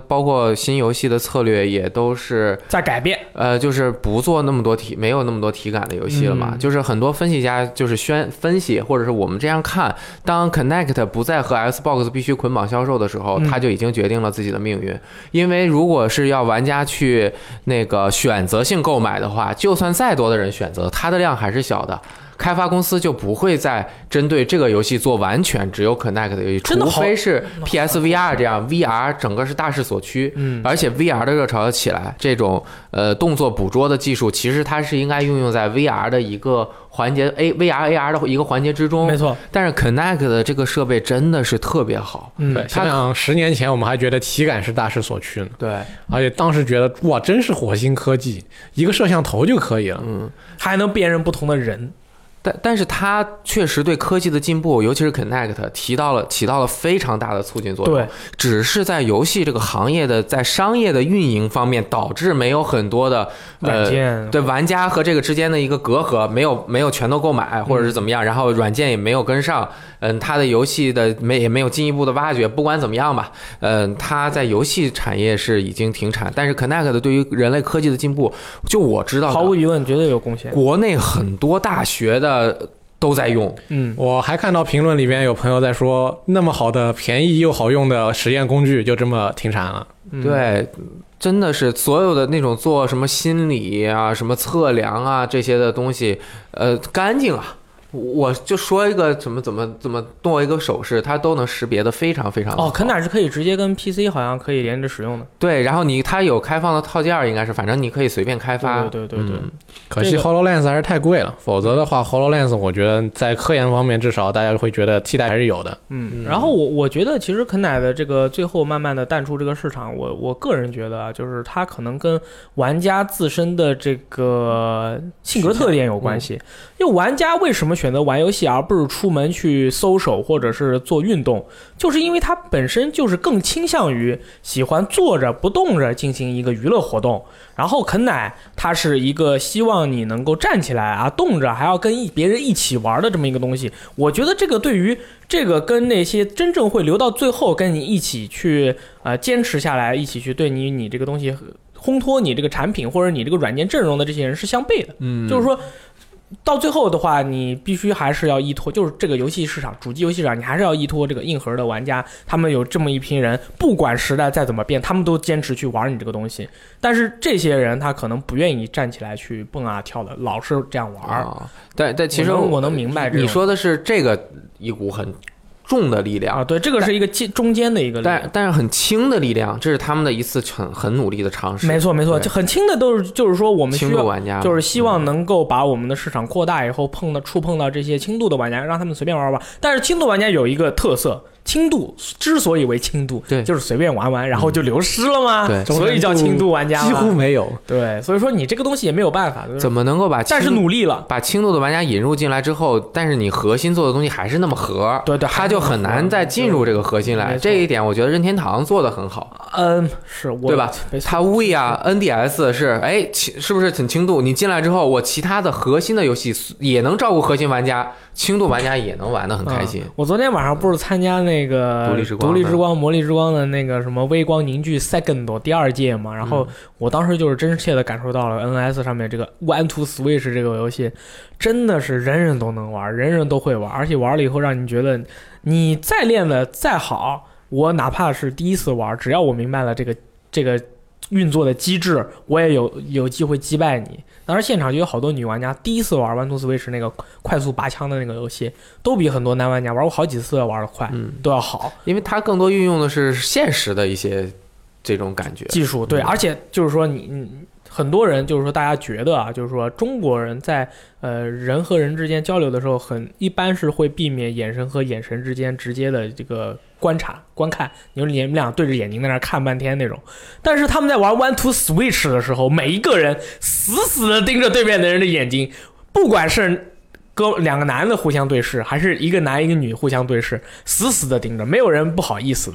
做新游戏的策略也都是
在改变，
呃，就是不做那么多体，没有那么多体感的游戏了嘛。嗯、就是很多分析家就是宣分析，或者是我们这样看，当 Kinect 不再和 Xbox 必须捆绑销售的时候，他就已经决定了自己的命运。嗯、因为如果是要玩家去那个选择性购买的话，就算再多的人选择，它的量还是小的。开发公司就不会再针对这个游戏做完全只有 Kinect 的游戏，除非是 P S V R 这样 V R 整个是大势所趋，嗯，而且 V R 的热潮要起来，这种呃动作捕捉的技术，其实它是应该运用在 V R 的一个环节 A V R A R 的一个环节之中，
没错。
但是 Kinect 的这个设备真的是特别好，
嗯，对，想想十年前我们还觉得体感是大势所趋呢，
对，
而且当时觉得哇，真是火星科技，一个摄像头就可以了，
嗯，
还能辨认不同的人。
但但是它确实对科技的进步，尤其是 Kinect 提到了起到了非常大的促进作用。
对，
只是在游戏这个行业的在商业的运营方面，导致没有很多的
软件、
呃、对玩家和这个之间的一个隔阂，没有没有全都购买，或者是怎么样，嗯、然后软件也没有跟上，嗯，它的游戏的没也没有进一步的挖掘。不管怎么样吧，嗯，它在游戏产业是已经停产，但是 Kinect 对于人类科技的进步，就我知道的，
毫无疑问绝对有贡献。
国内很多大学的。都在用，
嗯，
我还看到评论里边有朋友在说，那么好的、便宜又好用的实验工具就这么停产了。
嗯、对，真的是所有的那种做什么心理啊、什么测量啊这些的东西，呃，干净啊。我就说一个怎么怎么怎么做一个手势，它都能识别的非常非常好。
哦，肯纳是可以直接跟 P C 好像可以连着使用的。
对，然后你它有开放的套件，应该是，反正你可以随便开发。
对对对对。
嗯、
可惜 HoloLens 还是太贵了，否则的话 HoloLens 我觉得在科研方面至少大家会觉得替代还是有的。
嗯，然后我我觉得其实肯纳的这个最后慢慢的淡出这个市场，我我个人觉得啊，就是它可能跟玩家自身的这个性格特点有关系。嗯、因为玩家为什么选择玩游戏而不是出门去搜手或者是做运动，就是因为他本身就是更倾向于喜欢坐着不动着进行一个娱乐活动，然后肯奶它是一个希望你能够站起来啊，动着还要跟别人一起玩的这么一个东西。我觉得这个对于这个跟那些真正会留到最后跟你一起去呃坚持下来，一起去对你你这个东西烘托你这个产品或者你这个软件阵容的这些人是相悖的。嗯，就是说到最后的话，你必须还是要依托，就是这个游戏市场，主机游戏市场，你还是要依托这个硬核的玩家，他们有这么一批人，不管时代再怎么变，他们都坚持去玩你这个东西。但是这些人他可能不愿意站起来去蹦啊跳的，老是这样玩。
哦、但但其实 我,
我能明白，
你说的是这个一股很重的力量
啊，对，这个是一个中间的一个力量，
但但是很轻的力量，这是他们的一次很很努力的尝试。
没错没错，就很轻的都是就是说我们需要
玩家，
就是希望能够把我们的市场扩大以后碰到触碰到这些轻度的玩家，让他们随便玩玩。但是轻度玩家有一个特色。轻度之所以为轻度，
对，
就是随便玩玩，然后就流失了吗？
对，
所以叫轻度玩家，
几乎没有。
对，所以说你这个东西也没有办法，
怎么能够把？
但是努力了，
把轻度的玩家引入进来之后，但是你核心做的东西还是那么核，
对对，
他就很难再进入这个核心来。这一点我觉得任天堂做的很好。
嗯，是我
对吧？他 Wii 啊 N D S 是哎，是不是很轻度？你进来之后，我其他的核心的游戏也能照顾核心玩家，轻度玩家也能玩得很开心。
嗯、我昨天晚上不是参加那个
独立之光、
独立之光、魔力之光的那个什么微光凝聚 Second 第二届嘛，然后我当时就是真切的感受到了 N S 上面这个 One to Switch 这个游戏真的是人人都能玩，人人都会玩，而且玩了以后让你觉得你再练的再好，我哪怕是第一次玩，只要我明白了这个这个运作的机制，我也有有机会击败你。当时现场就有好多女玩家第一次玩 One to Switch 那个快速拔枪的那个游戏，都比很多男玩家玩过好几次玩得快，嗯，都要好，
因为它更多运用的是现实的一些这种感觉
技术，对，嗯、而且就是说你你。很多人就是说，大家觉得啊，就是说中国人在呃人和人之间交流的时候，很一般是会避免眼神和眼神之间直接的这个观察观看，你说你们俩对着眼睛在那看半天那种。但是他们在玩 One to Switch 的时候，每一个人死死的盯着对面的人的眼睛，不管是哥两个男的互相对视，还是一个男一个女互相对视，死死的盯着，没有人不好意思的。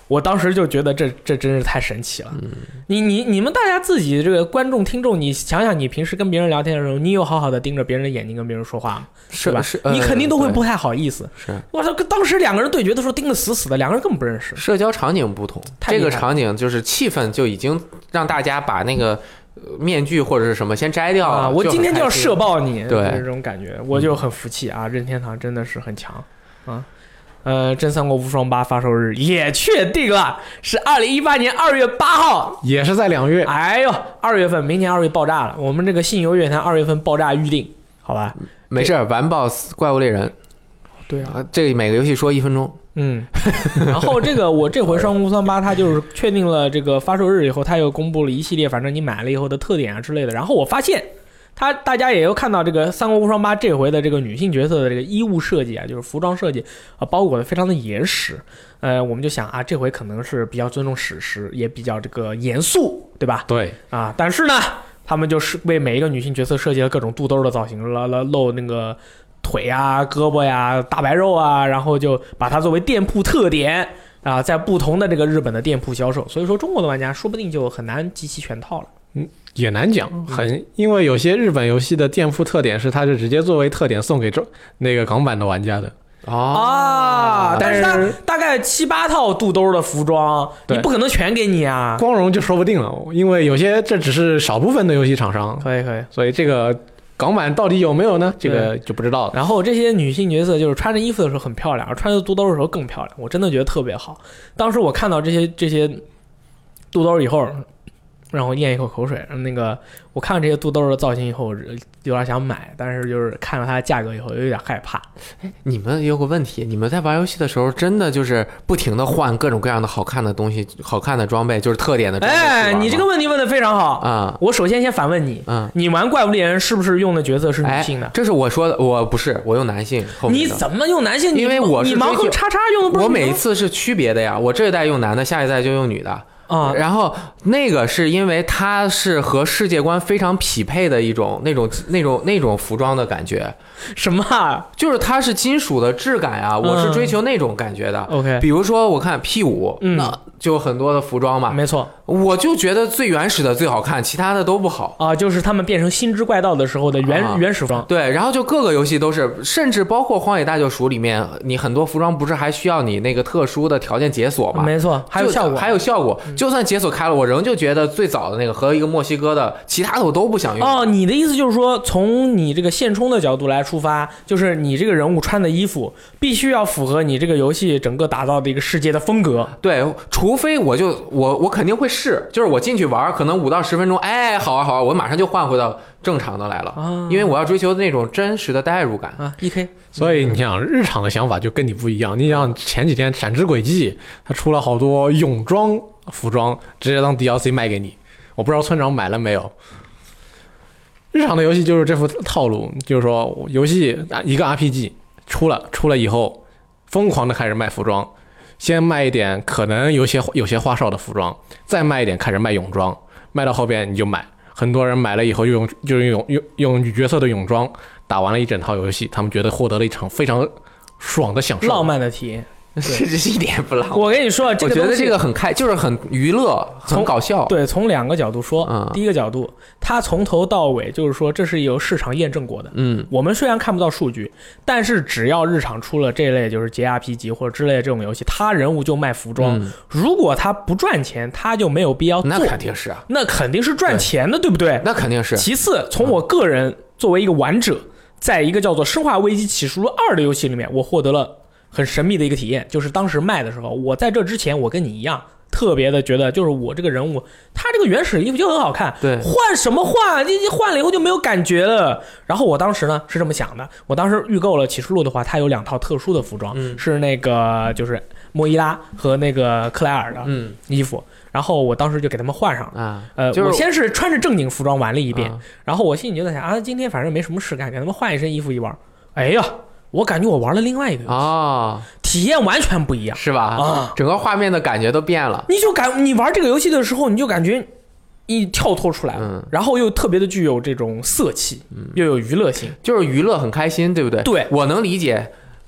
我当时就觉得这这真是太神奇了。
嗯，
你你你们大家自己这个观众听众，你想想，你平时跟别人聊天的时候，你有好好的盯着别人的眼睛跟别人说话吗？
是
吧？
是、呃，
你肯定都会不太好意思。
是，
我操，当时两个人对决的时候盯得死死的，两个人根本不认识。
社交场景不同，这个场景就是气氛就已经让大家把那个面具或者是什么先摘掉了。
啊、我今天就要射爆你，
对
这种感觉，我就很服气啊！任天堂真的是很强啊。呃，真三国无双八发售日也确定了，是二零一八年二月八号，
也是在两月。
哎呦，二月份，明年二月爆炸了。我们这个信游乐坛二月份爆炸预定，好吧？
没事，完 boss 怪物猎人。
对啊，
这个每个游戏说一分钟。
嗯，然后这个我这回双无双八，它就是确定了这个发售日以后，它又公布了一系列，反正你买了以后的特点啊之类的。然后我发现。他大家也有看到这个《三国无双八》这回的这个女性角色的这个衣物设计啊，就是服装设计啊，包裹的非常的严实。呃，我们就想啊，这回可能是比较尊重史实，也比较这个严肃，对吧？
对
啊，但是呢，他们就是为每一个女性角色设计了各种肚兜的造型，了了露那个腿啊、胳膊呀、大白肉啊，然后就把它作为店铺特点啊，在不同的这个日本的店铺销售。所以说，中国的玩家说不定就很难集齐全套了。
嗯，也难讲，很因为有些日本游戏的店铺特点是它是直接作为特点送给中那个港版的玩家的
啊，但是它大概七八套肚兜的服装，你不可能全给你啊。
光荣就说不定了，因为有些这只是少部分的游戏厂商，
可以可以，
所以这个港版到底有没有呢？这个就不知道了。
然后这些女性角色就是穿着衣服的时候很漂亮，而穿着肚兜的时候更漂亮，我真的觉得特别好。当时我看到这些这些肚兜以后。让我咽一口口水。那个，我看了这些肚兜的造型以后，有点想买，但是就是看了它的价格以后，有点害怕。
哎，你们有个问题，你们在玩游戏的时候，真的就是不停的换各种各样的好看的东西、好看的装备，就是特点的装备。
哎，你这个问题问的非常好
啊、嗯！
我首先先反问你，
嗯，
你玩怪物猎人是不是用的角色是女性的？
哎、这是我说的，我不是，我用男性。
你怎么用男性？
因为我是
你盲盒叉叉用的不是？
我每一次是区别的呀，我这一代用男的，下一代就用女的。
啊，
然后那个是因为它是和世界观非常匹配的一种那种那种那种服装的感觉。
什么、啊？
就是它是金属的质感啊，我是追求那种感觉的。
嗯、OK，
比如说我看 P 五，
嗯，
那就很多的服装嘛，
没错，
我就觉得最原始的最好看，其他的都不好
啊。就是他们变成星之怪盗的时候的原、啊、原始服装。
对，然后就各个游戏都是，甚至包括《荒野大救赎》里面，你很多服装不是还需要你那个特殊的条件解锁吗？
没错，还有效果，
还有效果。就算解锁开了，我仍旧觉得最早的那个和一个墨西哥的，其他的我都不想用。
哦，你的意思就是说，从你这个现充的角度来出发，就是你这个人物穿的衣服必须要符合你这个游戏整个打造的一个世界的风格。
对，除非我就我我肯定会试，就是我进去玩，可能五到十分钟，哎，好啊好啊，我马上就换回到正常的来了，
啊、
因为我要追求那种真实的代入感
啊。E K，
所以你想日常的想法就跟你不一样。你想前几天《闪之轨迹》它出了好多泳装服装，直接当 D L C 卖给你，我不知道村长买了没有。日常的游戏就是这副套路，就是说游戏一个 R P G 出了出了以后，疯狂的开始卖服装，先卖一点可能有些有些花哨的服装，再卖一点开始卖泳装，卖到后边你就买。很多人买了以后就用就是用用用女角色的泳装打完了一整套游戏，他们觉得获得了一场非常爽的享受，
浪漫的体验。
这是一点不浪漫。
我跟你说，这个、
我觉得这个很开，就是很娱乐，很搞笑。
对，从两个角度说，
嗯，
第一个角度，它从头到尾就是说，这是由市场验证过的。
嗯，
我们虽然看不到数据，但是只要日常出了这类就是 J R P G 或者之类的这种游戏，它人物就卖服装。
嗯、
如果它不赚钱，它就没有必要做。
那肯定是啊，
那肯定是赚钱的， 对, 对不对？
那肯定是。
其次，从我个人作为一个玩者，在一个叫做《生化危机启示录二》的游戏里面，我获得了很神秘的一个体验，就是当时卖的时候，我在这之前我跟你一样特别的觉得，就是我这个人物他这个原始衣服就很好看，
对，
换什么换，你换了以后就没有感觉了。然后我当时呢是这么想的，我当时预购了启示录的话，它有两套特殊的服装，
嗯、
是那个就是莫伊拉和那个克莱尔的衣服。嗯，然后我当时就给他们换上了
啊，
呃，
就是、
我先是穿着正经服装玩了一遍，
啊、
然后我心里就在想啊，今天反正没什么事干，给他们换一身衣服一玩，哎呀，我感觉我玩了另外一个游戏，
哦，
体验完全不一样，
是吧？
啊，
整个画面的感觉都变了。
你就感你玩这个游戏的时候，你就感觉你跳脱出来了，
嗯、
然后又特别的具有这种色气，嗯、又有娱乐性，
就是娱乐很开心，对不对？
对，
我能理解。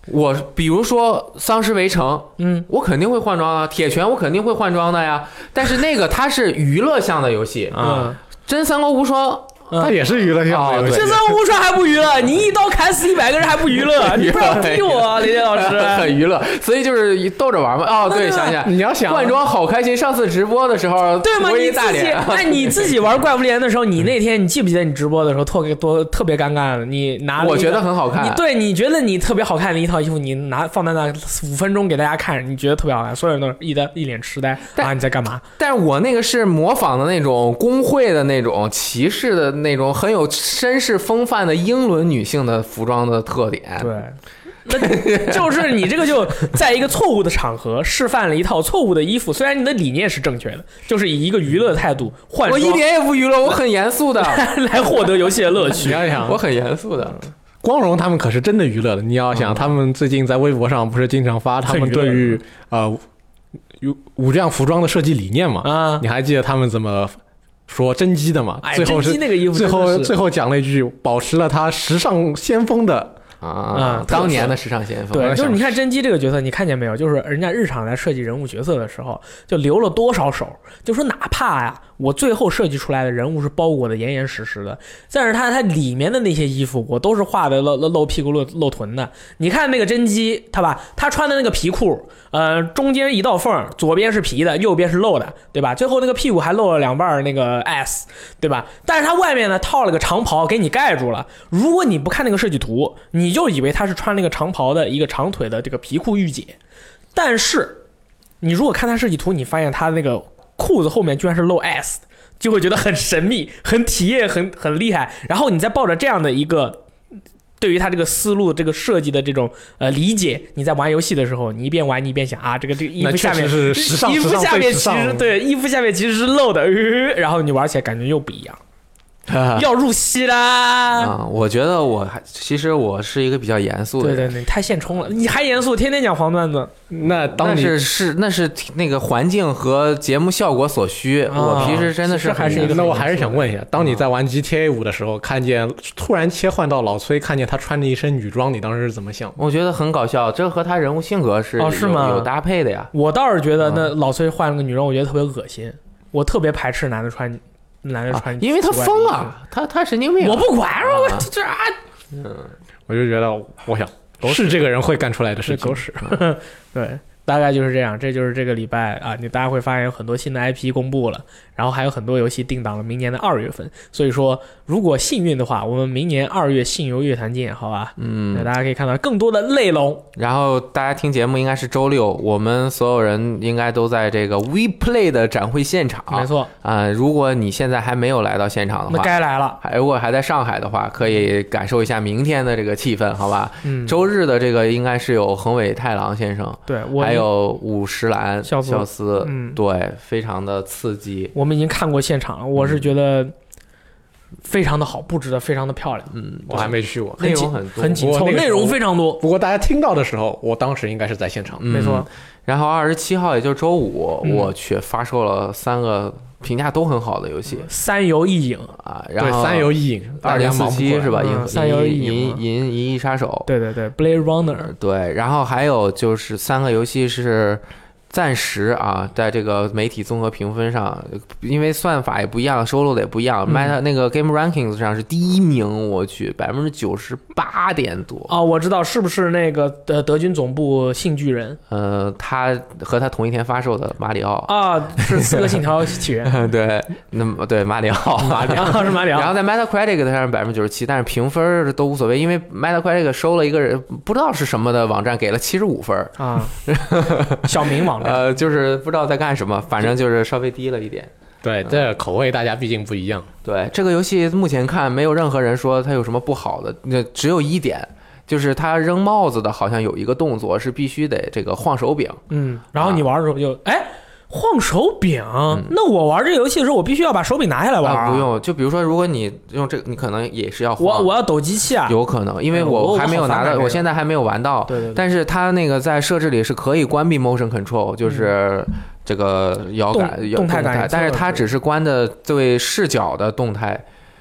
我比如说《丧尸围城》，
嗯，
我肯定会换装啊，《铁拳》我肯定会换装的呀。但是那个它是娱乐向的游戏
啊，
真三国无双。
它也是娱乐项的游戏，
这三国无双还不娱乐？你一刀砍死一百个人还不娱乐？你不要逼我，雷电老师。
很娱乐，所以就是逗着玩嘛。哦，对，想想
你要想
换装好开心。上次直播的时候，
对吗？你自己哎，你自己玩怪物猎人的时候，你那天你记不记得你直播的时候特别多特别尴尬的？你拿
我觉得很好看，
你对你觉得你特别好看的一套衣服，你拿放在那五分钟给大家看，你觉得特别好看，所有人都一的一脸痴呆啊！你在干嘛？
但是我那个是模仿的那种工会的那种骑士的那种很有绅士风范的英伦女性的服装的特点。
对，那就是你这个就在一个错误的场合示范了一套错误的衣服，虽然你的理念是正确的，就是以一个娱乐态度换装，
我一点也不娱乐，我很严肃的
来获得游戏的乐趣。
你要想，
我很严肃的。
光荣他们可是真的娱乐的。你要想，他们最近在微博上不是经常发他们对于呃武将服装的设计理念嘛？
啊，
你还记得他们怎么说真机的嘛？
哎、
最后是
那个衣服
最后最后讲了一句，保持了他时尚先锋的
啊、嗯，当年的时尚先锋。
对，就是你看真机这个角色，你看见没有？就是人家日常在设计人物角色的时候，就留了多少手，就说哪怕呀，我最后设计出来的人物是包裹的严严实实的，但是他他里面的那些衣服，我都是画的露露露屁股露露臀的。你看那个真机，他吧，他穿的那个皮裤，呃，中间一道缝，左边是皮的，右边是露的，对吧？最后那个屁股还露了两半那个 S， 对吧？但是他外面呢套了个长袍给你盖住了。如果你不看那个设计图，你就以为他是穿那个长袍的一个长腿的这个皮裤御姐，但是你如果看他设计图，你发现他那个裤子后面居然是露 S， 就会觉得很神秘、很体验、很很厉害。然后你再抱着这样的一个对于他这个思路、这个设计的这种呃理解，你在玩游戏的时候，你一边玩你一边想啊，这个这个衣服下面
是时尚，
衣服下面其实对，衣服下面其实是露的，呃、然后你玩起来感觉又不一样。要入戏啦！
啊，我觉得我还其实我是一个比较严肃的人。
对对对，你太现充了，你还严肃，天天讲黄段子。
那当
你是是那是那个环境和节目效果所需。啊、我平时真的是
还是一个。
那我还是想问一下，当你在玩 G T A 五的时候，看见突然切换到老崔，看见他穿着一身女装，你当时是怎么想？
我觉得很搞笑，这和他人物性格是有、
哦、是吗？
有搭配的呀。
我倒是觉得那老崔换了个女装，我觉得特别恶心，我特别排斥男的穿。男人穿、啊，
因为他疯了，他他神经病。
我不管，我这啊，
嗯，我就觉得，我想是这个人会干出来的事情，
狗屎。对，大概就是这样，这就是这个礼拜啊，你大家会发现有很多新的 I P 公布了，然后还有很多游戏定档了明年的二月份。所以说，如果幸运的话，我们明年二月信游乐坛见，好吧？
嗯，
大家可以看到更多的内容。
然后大家听节目应该是周六，我们所有人应该都在这个 WePlay 的展会现场。
没错
啊、呃，如果你现在还没有来到现场的话，
那该来了。
还如果还在上海的话，可以感受一下明天的这个气氛，好吧？
嗯，
周日的这个应该是有横尾太郎先生，
对，我
还有武石兰、
孝
孝司，
嗯，
对，非常的刺激。
我们已经看过现场了，我是觉得非常的好，布置的非常的漂亮。
嗯，
我还没去过，
内容很多，
很紧凑，内容非常多。
不过大家听到的时候，我当时应该是在现场，
嗯、
没错。
然后二十七号，也就是周五，
嗯、
我去发售了三个评价都很好的游戏，《
三游一影》
啊，然后
对，《三游一影》
二零四七是吧？
嗯、
银
三游一
影，
影，
银银银翼杀手，
对对对 ，Blade Runner，
对，然后还有就是三个游戏是。暂时啊，在这个媒体综合评分上，因为算法也不一样，收录的也不一样。
嗯、
Meta 那个 Game Rankings 上是第一名，我去，百分之九十八点多。
哦，我知道，是不是那个德德军总部信巨人？
呃，他和他同一天发售的马里奥
啊，是《刺客信条：起源》
对，那么对马里奥，
马里奥是马里奥。
然后在 Metacritic 上百分之九十七，但是评分都无所谓，因为 Metacritic 收了一个人不知道是什么的网站，给了七十五分
啊，小明网站。
呃，就是不知道在干什么，反正就是稍微低了一点。
对，这口味大家毕竟不一样。
对，这个游戏目前看没有任何人说它有什么不好的，那只有一点，就是它扔帽子的好像有一个动作是必须得这个晃手柄。
嗯，然后你玩的时候就哎。晃手柄、嗯，那我玩这个游戏的时候，我必须要把手柄拿下来玩、啊
啊。不用，就比如说，如果你用这个，你可能也是要晃。
我我要抖机器啊，
有可能，因为我还没有拿到，我, 我现在还没有玩到。
对对对。
但是它那个在设置里是可以关闭 motion control， 就是这个摇杆、
动, 动态感，
但是它只是关的对视角的动态。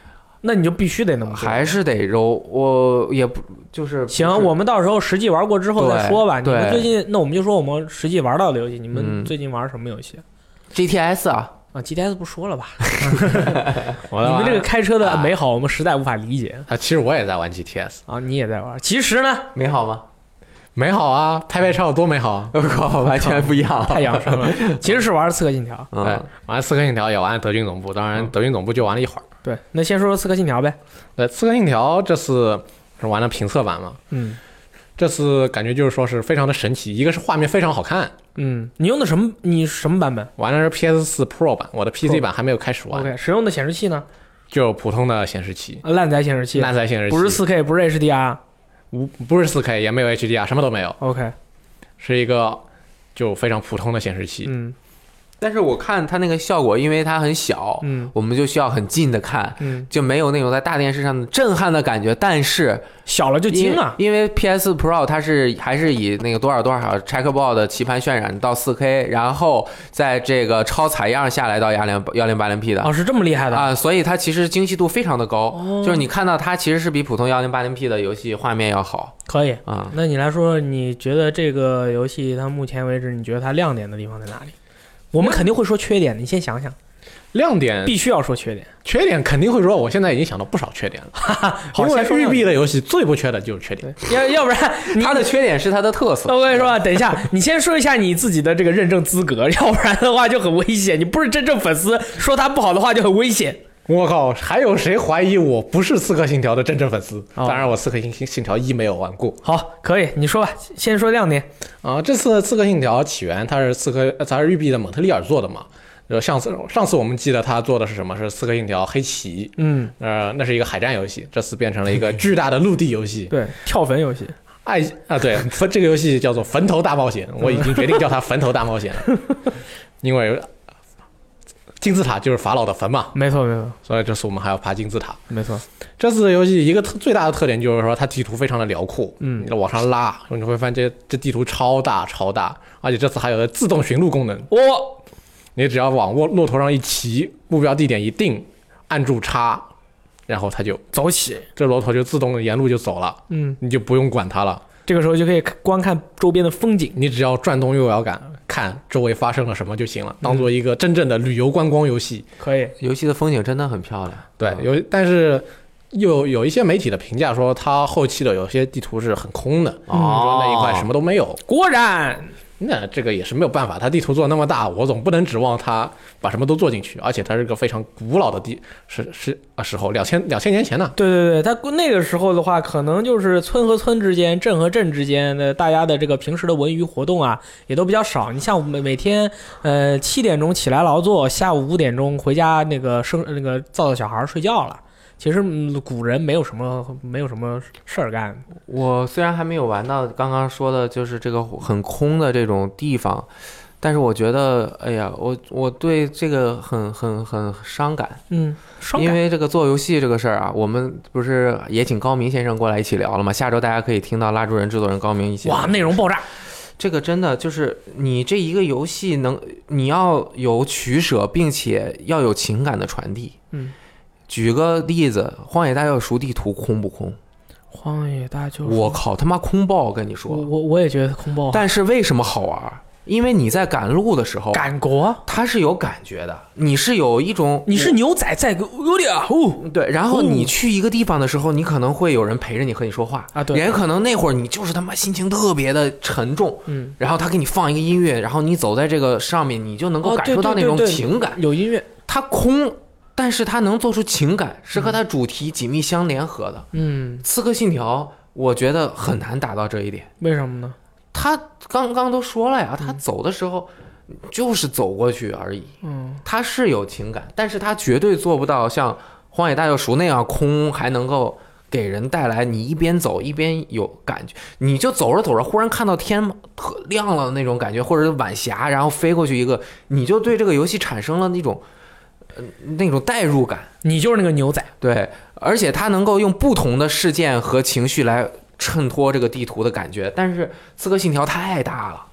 那你就必须得那么做，
还是得揉。我也不就是
行，我们到时候实际玩过之后再说吧。你们最近，那我们就说我们实际玩到的游戏，你们最近玩什么游戏、嗯、
？G T S 啊。
啊 ，G T S 不说了吧？你们这个开车的美好，我们实在无法理解。
啊，其实我也在玩 G T S
啊，你也在玩。其实呢，
美好吗？
美好啊，拍拍照多美好啊！
我靠，完全不一样，
太养生了。其实是玩《刺客信条》，
嗯，对，玩《刺客信条》也玩德军总部，当然德军总部就玩了一会儿。
对，那先说说《刺客信条》呗。
对，《刺客信条》这次是玩的评测版嘛？
嗯。
这次感觉就是说是非常的神奇，一个是画面非常好看，
嗯，你用的什么？你什么版本？
玩的是 P S 四 Pro 版，我的 P C 版还没有开始玩。
OK， 使用的显示器呢？
就普通的显示器，
烂仔显示器，
烂仔显示器，
不是 四 K， 不是 H D R，
不不是 四 K， 也没有 H D R， 什么都没有。
OK，
是一个就非常普通的显示器。
嗯。
但是我看它那个效果，因为它很小，
嗯，
我们就需要很近的看，
嗯，
就没有那种在大电视上的震撼的感觉。但是
小了就精啊，
因为 P S Pro 它是还是以那个多少多少 checkerboard 的棋盘渲染到 四 K， 然后在这个超采样下来到一零八零 P 的。
哦，是这么厉害的
啊，所以它其实精细度非常的高，
哦、
就是你看到它其实是比普通一零八零 P 的游戏画面要好。
可以
啊，
那你来说，你觉得这个游戏它目前为止，你觉得它亮点的地方在哪里？我们肯定会说缺点，你先想想。
亮点
必须要说缺点，
缺点肯定会说，我现在已经想到不少缺点了。因为育碧的游戏最不缺的就是缺点，
要要不然
它的缺点是它的特色。
我跟你说，等一下，你先说一下你自己的这个认证资格，要不然的话就很危险。你不是真正粉丝，说他不好的话就很危险。
我靠，还有谁怀疑我不是刺客信条的真正粉丝？
哦、
当然，我刺客信信条一没有玩过。
好，可以，你说吧，先说亮点
啊。这次刺客信条起源，它是刺客，它是育碧的蒙特利尔做的嘛。呃，上次上次我们记得他做的是什么？是刺客信条黑旗。
嗯，
呃，那是一个海战游戏，这次变成了一个巨大的陆地游戏。
对，跳坟游戏。
爱啊，对，这个游戏叫做坟头大冒险，我已经决定叫它坟头大冒险了，因为。金字塔就是法老的坟嘛，
没错没错，
所以这次我们还要爬金字塔，
没错。
这次的游戏一个最大的特点就是说它地图非常的辽阔，
嗯，
你往上拉，你会发现这这地图超大超大，而且这次还有个自动寻路功能，
哦，
你只要往骆骆驼上一骑，目标地点一定，按住叉，然后它就
走起，
这骆驼就自动沿路就走了，
嗯，
你就不用管它了。
这个时候就可以观看周边的风景，
你只要转动右摇杆看周围发生了什么就行了，当做一个真正的旅游观光游戏。
可以，
游戏的风景真的很漂亮。
对，有，但是又有一些媒体的评价说，它后期的有些地图是很空的，
哦，
说那一块什么都没有。
果然，
那这个也是没有办法，它地图做那么大，我总不能指望它把什么都做进去，而且它是个非常古老的地是是啊时候，两千两千年前呢。
对对对，它那个时候的话，可能就是村和村之间、镇和镇之间的大家的这个平时的文娱活动啊，也都比较少。你像每每天呃七点钟起来劳作，下午五点钟回家那个生那个造造小孩睡觉了。其实、嗯、古人没有什么没有什么事儿干。
我虽然还没有玩到刚刚说的，就是这个很空的这种地方，但是我觉得，哎呀，我我对这个很很很伤感。
嗯，伤感。
因为这个做游戏这个事儿啊，我们不是也请高明先生过来一起聊了吗？下周大家可以听到蜡烛人制作人高明一起聊。
哇，内容爆炸！
这个真的就是你这一个游戏能，你要有取舍，并且要有情感的传递。
嗯。
举个例子，荒野大救赎地图空不空？
荒野大救赎，
我靠，他妈空爆！我跟你说，
我我我也觉得空爆。
但是为什么好玩？因为你在赶路的时候，
赶国，
它是有感觉的，你是有一种，
你是牛仔在有点哦，
对。然后你去一个地方的时候，你可能会有人陪着你和你说话
啊，对。
也可能那会儿你就是他妈心情特别的沉重，
嗯。
然后他给你放一个音乐，然后你走在这个上面，你就能够感受到那种情感。
哦、对对对对有音乐，
它空。但是它能做出情感，是和它主题紧密相联合的。
嗯，
刺客信条我觉得很难达到这一点。
为什么呢？
他刚刚都说了呀，他走的时候就是走过去而已。
嗯，
他是有情感，但是他绝对做不到像《荒野大救赎》那样空，还能够给人带来你一边走一边有感觉。你就走着走着，忽然看到天亮了那种感觉，或者是晚霞，然后飞过去一个，你就对这个游戏产生了那种。呃，那种代入感，
你就是那个牛仔，
对，而且他能够用不同的事件和情绪来衬托这个地图的感觉。但是《刺客信条》太大了，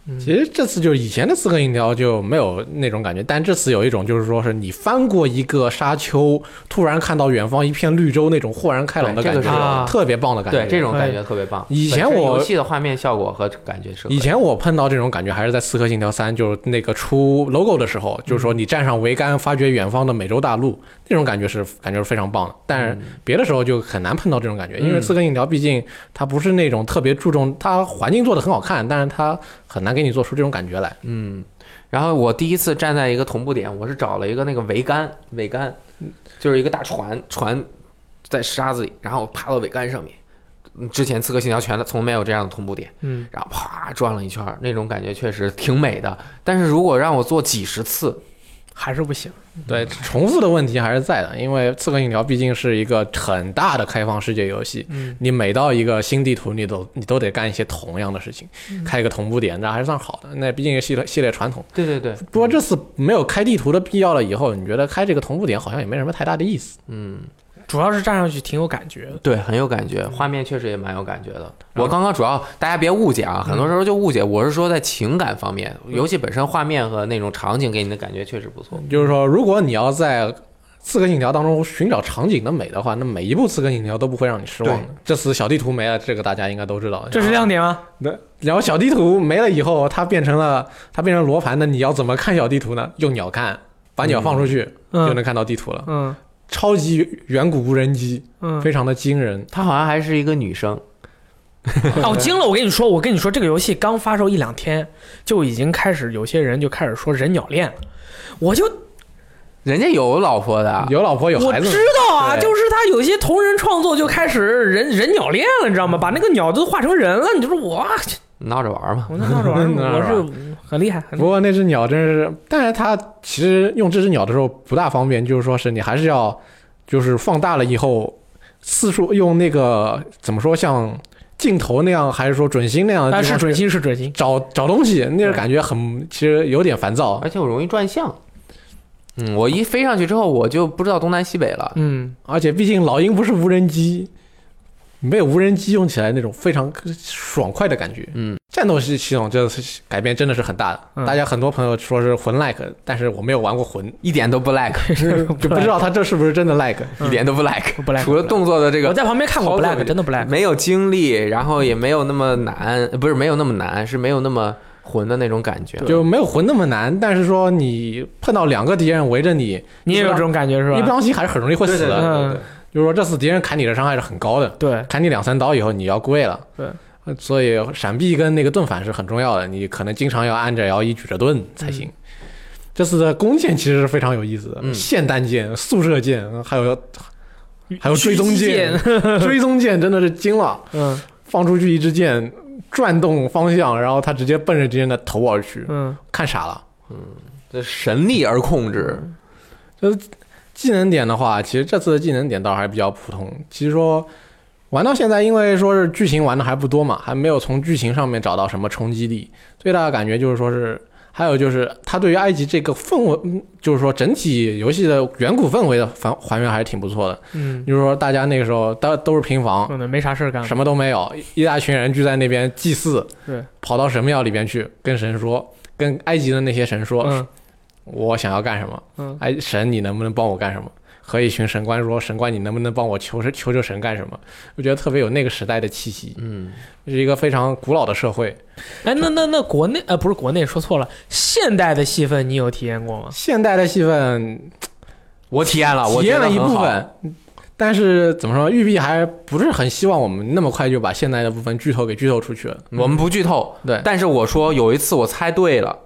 其实这次就是以前的刺客信条就没有那种感觉，但这次有一种就是说是你翻过一个沙丘，突然看到远方一片绿洲那种豁然开朗的感觉，
对这个是
啊
特别棒的感觉。
对，这种感觉特别棒。
以前我
游戏的画面效果和感觉是
以前我碰到这种感觉还是在刺客信条三，就是那个出 logo 的时候，就是说你站上桅杆发掘远方的美洲大陆，那种感觉是感觉是非常棒的。但是别的时候就很难碰到这种感觉，因为刺客信条毕竟它不是那种特别注重，它环境做的很好看，但是它很难给你做出这种感觉来。
嗯，然后我第一次站在一个同步点，我是找了一个那个桅杆，桅杆就是一个大船，船在沙子里，然后爬到桅杆上面。之前刺客信条全从没有这样的同步点，
嗯，
然后啪转了一圈，那种感觉确实挺美的。但是如果让我做几十次，
还是不行。
对，重复的问题还是在的，因为刺客信条毕竟是一个很大的开放世界游戏，
嗯，
你每到一个新地图，你都你都得干一些同样的事情，
嗯、
开一个同步点，这还是算好的。那毕竟是系列系列传统。
对对对。
不过这次没有开地图的必要了，以后你觉得开这个同步点好像也没什么太大的意思。
嗯。
主要是站上去挺有感觉的，
对，很有感觉，画面确实也蛮有感觉的。我刚刚主要大家别误解啊，很多时候就误解，我是说在情感方面，游戏本身画面和那种场景给你的感觉确实不错。
就是说，如果你要在刺客信条当中寻找场景的美的话，那每一部刺客信条都不会让你失望的。这次小地图没了，这个大家应该都知道，
这是亮点吗？
对。然后小地图没了以后，它变成了它变成罗盘，那你要怎么看小地图呢？用鸟看，把鸟放出去、嗯、就能看到地图了。
嗯。
超级远古无人机，
嗯，
非常的惊人。
她好像还是一个女生。
哦，惊了！我跟你说，我跟你说，这个游戏刚发售一两天，就已经开始有些人就开始说人鸟恋了。我就，
人家有老婆的，
有老婆有孩子。
我知道啊，就是他有些同人创作就开始人人鸟恋了，你知道吗？把那个鸟都画成人了，你就说我
闹着玩嘛，
我闹着玩，我是很厉害。
不过那只鸟真是，但是它其实用这只鸟的时候不大方便，就是说是你还是要，就是放大了以后，次数用那个怎么说，像镜头那样，还是说准星那样的？
啊，是准星，是准星。
找找东西，那个感觉很，其实有点烦躁，
而且我容易转向。嗯，我一飞上去之后，我就不知道东南西北了。
嗯，
而且毕竟老鹰不是无人机。没有无人机用起来那种非常爽快的感觉。
嗯，
战斗系系统这次改变真的是很大的。
嗯、
大家很多朋友说是魂 like， 但是我没有玩过魂，
一点都不 like，
就不知道他这是不是真的 like，、
嗯、一点都不 like，
不 like。
除了动作的这个，
我在旁边看过不 like， 真的不 like，
没有经历，然后也没有那么难，不是没有那么难，是没有那么魂的那种感觉，
就没有魂那么难。但是说你碰到两个敌人围着你，
你也有这种感觉是吧？
一不当心还是很容易会死的。
对对对对对，
就是说这次敌人砍你的伤害是很高的，
对，
砍你两三刀以后你要跪了，
对，
所以闪避跟那个盾反是很重要的，你可能经常要按着摇一举着盾才行。嗯、这次的弓箭其实是非常有意思的，嗯、霰弹箭、速射箭，还有还有追踪箭，追踪箭真的是惊了，
嗯，
放出去一支箭，转动方向，然后它直接奔着敌人的头而去，
嗯，
看傻了，
嗯，这神力而控制，
就是。技能点的话，其实这次的技能点倒还比较普通。其实说玩到现在，因为说是剧情玩的还不多嘛，还没有从剧情上面找到什么冲击力。最大的感觉就是说是，还有就是它对于埃及这个氛围，就是说整体游戏的远古氛围的还还原还是挺不错的。
嗯，
就是说大家那个时候都都是平房，
嗯，没啥事干，
什么都没有，一大群人聚在那边祭祀，
对，
跑到神庙里边去跟神说，跟埃及的那些神说。
嗯，
我想要干什么？
嗯，
哎，神，你能不能帮我干什么？和一群神官说，神官，你能不能帮我求求求神干什么？我觉得特别有那个时代的气息。
嗯，
是一个非常古老的社会。
哎，那那那国内呃不是国内说错了，现代的戏份你有体验过吗？
现代的戏份
我体验了，我
体验了一部分，但是怎么说，育碧还不是很希望我们那么快就把现代的部分剧透给剧透出去了。
我们不剧透，
对。
但是我说有一次我猜对了。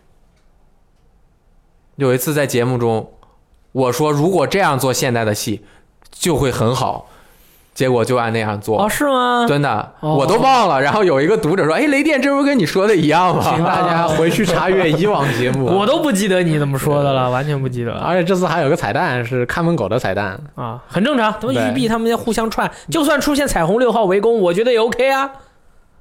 有一次在节目中，我说如果这样做现代的戏就会很好，结果就按那样做。
哦，是吗？
真的，
哦、
我都忘了。然后有一个读者说：“哎，雷电，这不是跟你说的一样吗？”
请大家回去查阅以往节目。
我都不记得你怎么说的了，完全不记得了。
而且这次还有个彩蛋，是看门狗的彩蛋
啊，很正常。他们育碧他们要互相串，就算出现彩虹六号围攻，我觉得也 OK 啊。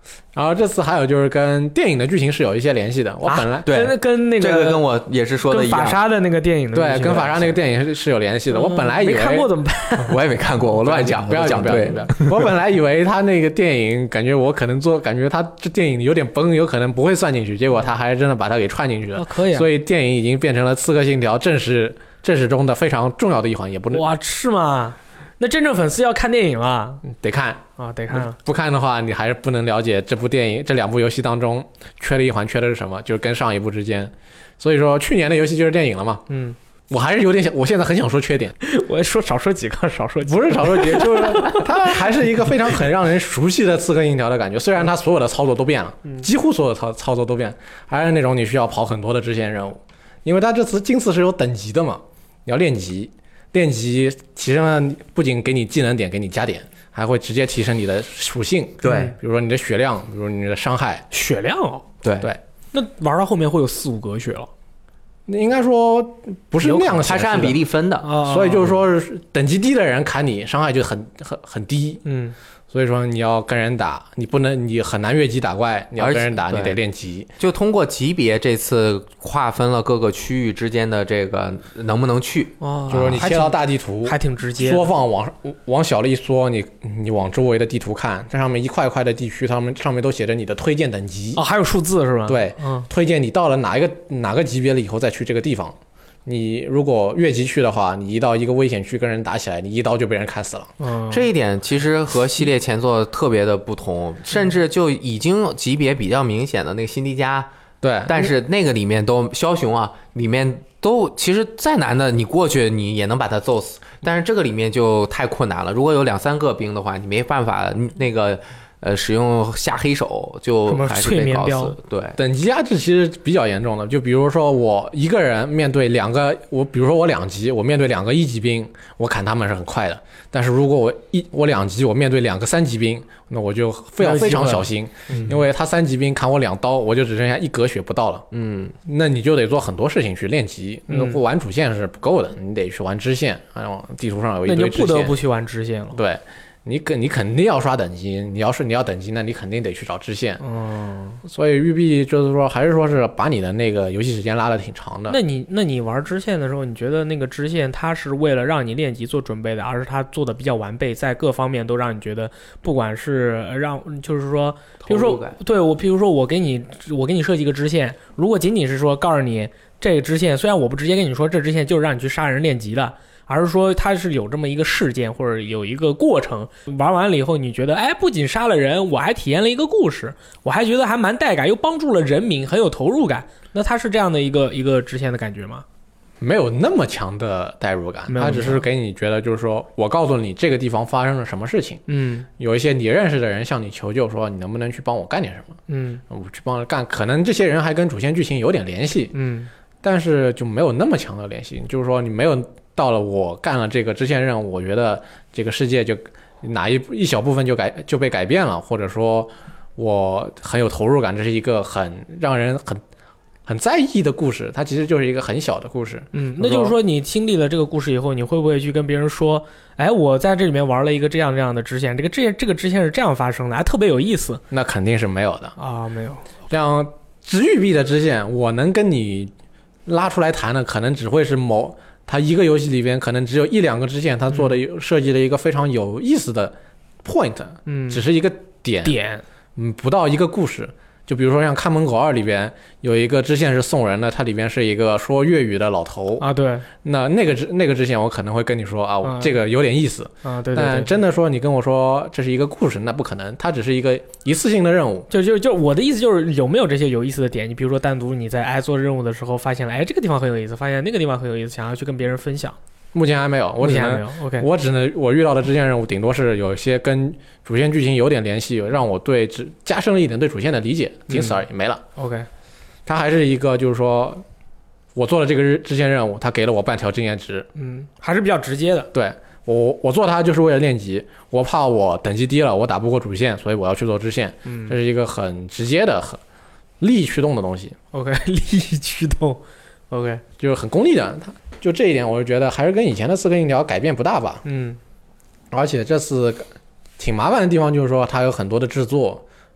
然后这次还有就是跟电影的剧情是有一些联系的。我本来、
啊、
对
跟跟那个
这个跟我也是说的一样，
跟法沙的那个电影的
对跟法沙那个电影是是有联系的。
嗯、
我本来以为
没看过怎么办？
我也没看过，我乱讲，
不要讲，不要讲，不要讲。我本来以为他那个电影，感觉我可能做，感觉他这电影有点崩，有可能不会算进去，结果他还是真的把它给串进去了。
哦、可以、啊。
所以电影已经变成了《刺客信条》正史正史中的非常重要的一环，也不能
哇是吗？那真正粉丝要看电影了，
得看
啊，得看。
不看的话，你还是不能了解这部电影、这两部游戏当中缺的一环，缺的是什么，就是跟上一部之间。所以说，去年的游戏就是电影了嘛。
嗯，
我还是有点想，我现在很想说缺点。
我说少说几个，少说几个
不是少说几个，就是它还是一个非常很让人熟悉的刺客信条的感觉。虽然它所有的操作都变了，几乎所有的操操作都变，还是那种你需要跑很多的支线任务，因为它这次今次是有等级的嘛，你要练级。练级提升了，不仅给你技能点，给你加点，还会直接提升你的属性。
对，
比如说你的血量，比如说你的伤害。
血量哦，
对
对。
那玩到后面会有四五格血了？
那应该说不是那样的，
它是按比例分的，
啊、
所以就是说等级低的人砍你伤害就很很很低。
嗯。
所以说你要跟人打，你不能，你很难越级打怪，你要跟人打，你得练级。
就通过级别，这次划分了各个区域之间的这个能不能去，
哦、
就是说你切到大地图，
还挺直接，
缩放往往小了一缩，你你往周围的地图看，这上面一块块的地区，它们上面都写着你的推荐等级。
哦，还有数字是吧？
对，
嗯，
推荐你到了哪一个哪个级别了以后再去这个地方。你如果越级去的话，你一到一个危险区跟人打起来，你一刀就被人砍死了。
嗯，
这一点其实和系列前作特别的不同，甚至就已经级别比较明显的那个辛迪加，
对，
但是那个里面都枭雄啊，里面都其实再难的你过去你也能把他揍死，但是这个里面就太困难了。如果有两三个兵的话，你没办法那个。呃，使用下黑手就还是被搞死。对，
等级压制其实比较严重的。就比如说我一个人面对两个，我比如说我两级，我面对两个一级兵，我砍他们是很快的。但是如果我一我两级，我面对两个三级兵，那我就非常非常小心，
嗯、
因为他三级兵砍我两刀，我就只剩下一格血不到了。
嗯，
那你就得做很多事情去练级。
嗯、
不玩主线是不够的，你得去玩支线。然后地图上有一堆支线，
那就不得不去玩支线了。
对。你肯你肯定要刷等级，你要是你要等级，那你肯定得去找支线。
嗯，
所以育碧就是说，还是说是把你的那个游戏时间拉得挺长的。
那你那你玩支线的时候，你觉得那个支线它是为了让你练级做准备的，而是它做的比较完备，在各方面都让你觉得，不管是让就是说，比如说对我，比如说我给你我给你设计一个支线，如果仅仅是说告诉你这个支线，虽然我不直接跟你说这支线就是让你去杀人练级的。而是说它是有这么一个事件或者有一个过程，玩完了以后你觉得哎，不仅杀了人，我还体验了一个故事，我还觉得还蛮带感，又帮助了人民，很有投入感。那它是这样的一个一个支线的感觉吗？
没有那么强的代入感，它只是给你觉得就是说我告诉你这个地方发生了什么事情，
嗯，
有一些你认识的人向你求救，说你能不能去帮我干点什么，
嗯，
我去帮着干，可能这些人还跟主线剧情有点联系，
嗯，
但是就没有那么强的联系，就是说你没有到了我干了这个支线任务，我觉得这个世界就哪一一小部分就改就被改变了，或者说我很有投入感，这是一个很让人很很在意的故事，它其实就是一个很小的故事。
嗯，那就是说你经历了这个故事以后，你会不会去跟别人说，哎，我在这里面玩了一个这样这样的支线，这个这这个支线是这样发生的，还特别有意思？
那肯定是没有的
啊，没有。
像治愈币的支线，我能跟你拉出来谈的，可能只会是某。它一个游戏里边可能只有一两个支线，它做的设计了一个非常有意思的 point，
嗯，
只是一个点
点，
嗯，不到一个故事。就比如说像《看门狗二》里边有一个支线是送人的，它里边是一个说粤语的老头
啊，对，
那那个支那个支线我可能会跟你说啊，
啊
这个有点意思
啊，对对对，
但真的说你跟我说这是一个故事，那不可能，它只是一个一次性的任务。
就就就我的意思就是有没有这些有意思的点？你比如说单独你在哎做任务的时候发现了，哎这个地方很有意思，发现那个地方很有意思，想要去跟别人分享。
目前还没有，我只能
OK，
我只能我遇到的支线任务顶多是有一些跟主线剧情有点联系，让我对只加深了一点对主线的理解，仅此而已，没了。
OK，
它还是一个就是说我做了这个支线任务，它给了我半条经验值，
嗯，还是比较直接的。
对，我我做它就是为了练级，我怕我等级低了，我打不过主线，所以我要去做支线，
嗯，
这是一个很直接的、很利益驱动的东西。
OK， 利益驱动 ，OK，
就是很功利的。它就这一点，我就觉得还是跟以前的刺客信条改变不大吧。
嗯，
而且这次挺麻烦的地方就是说，它有很多的制作，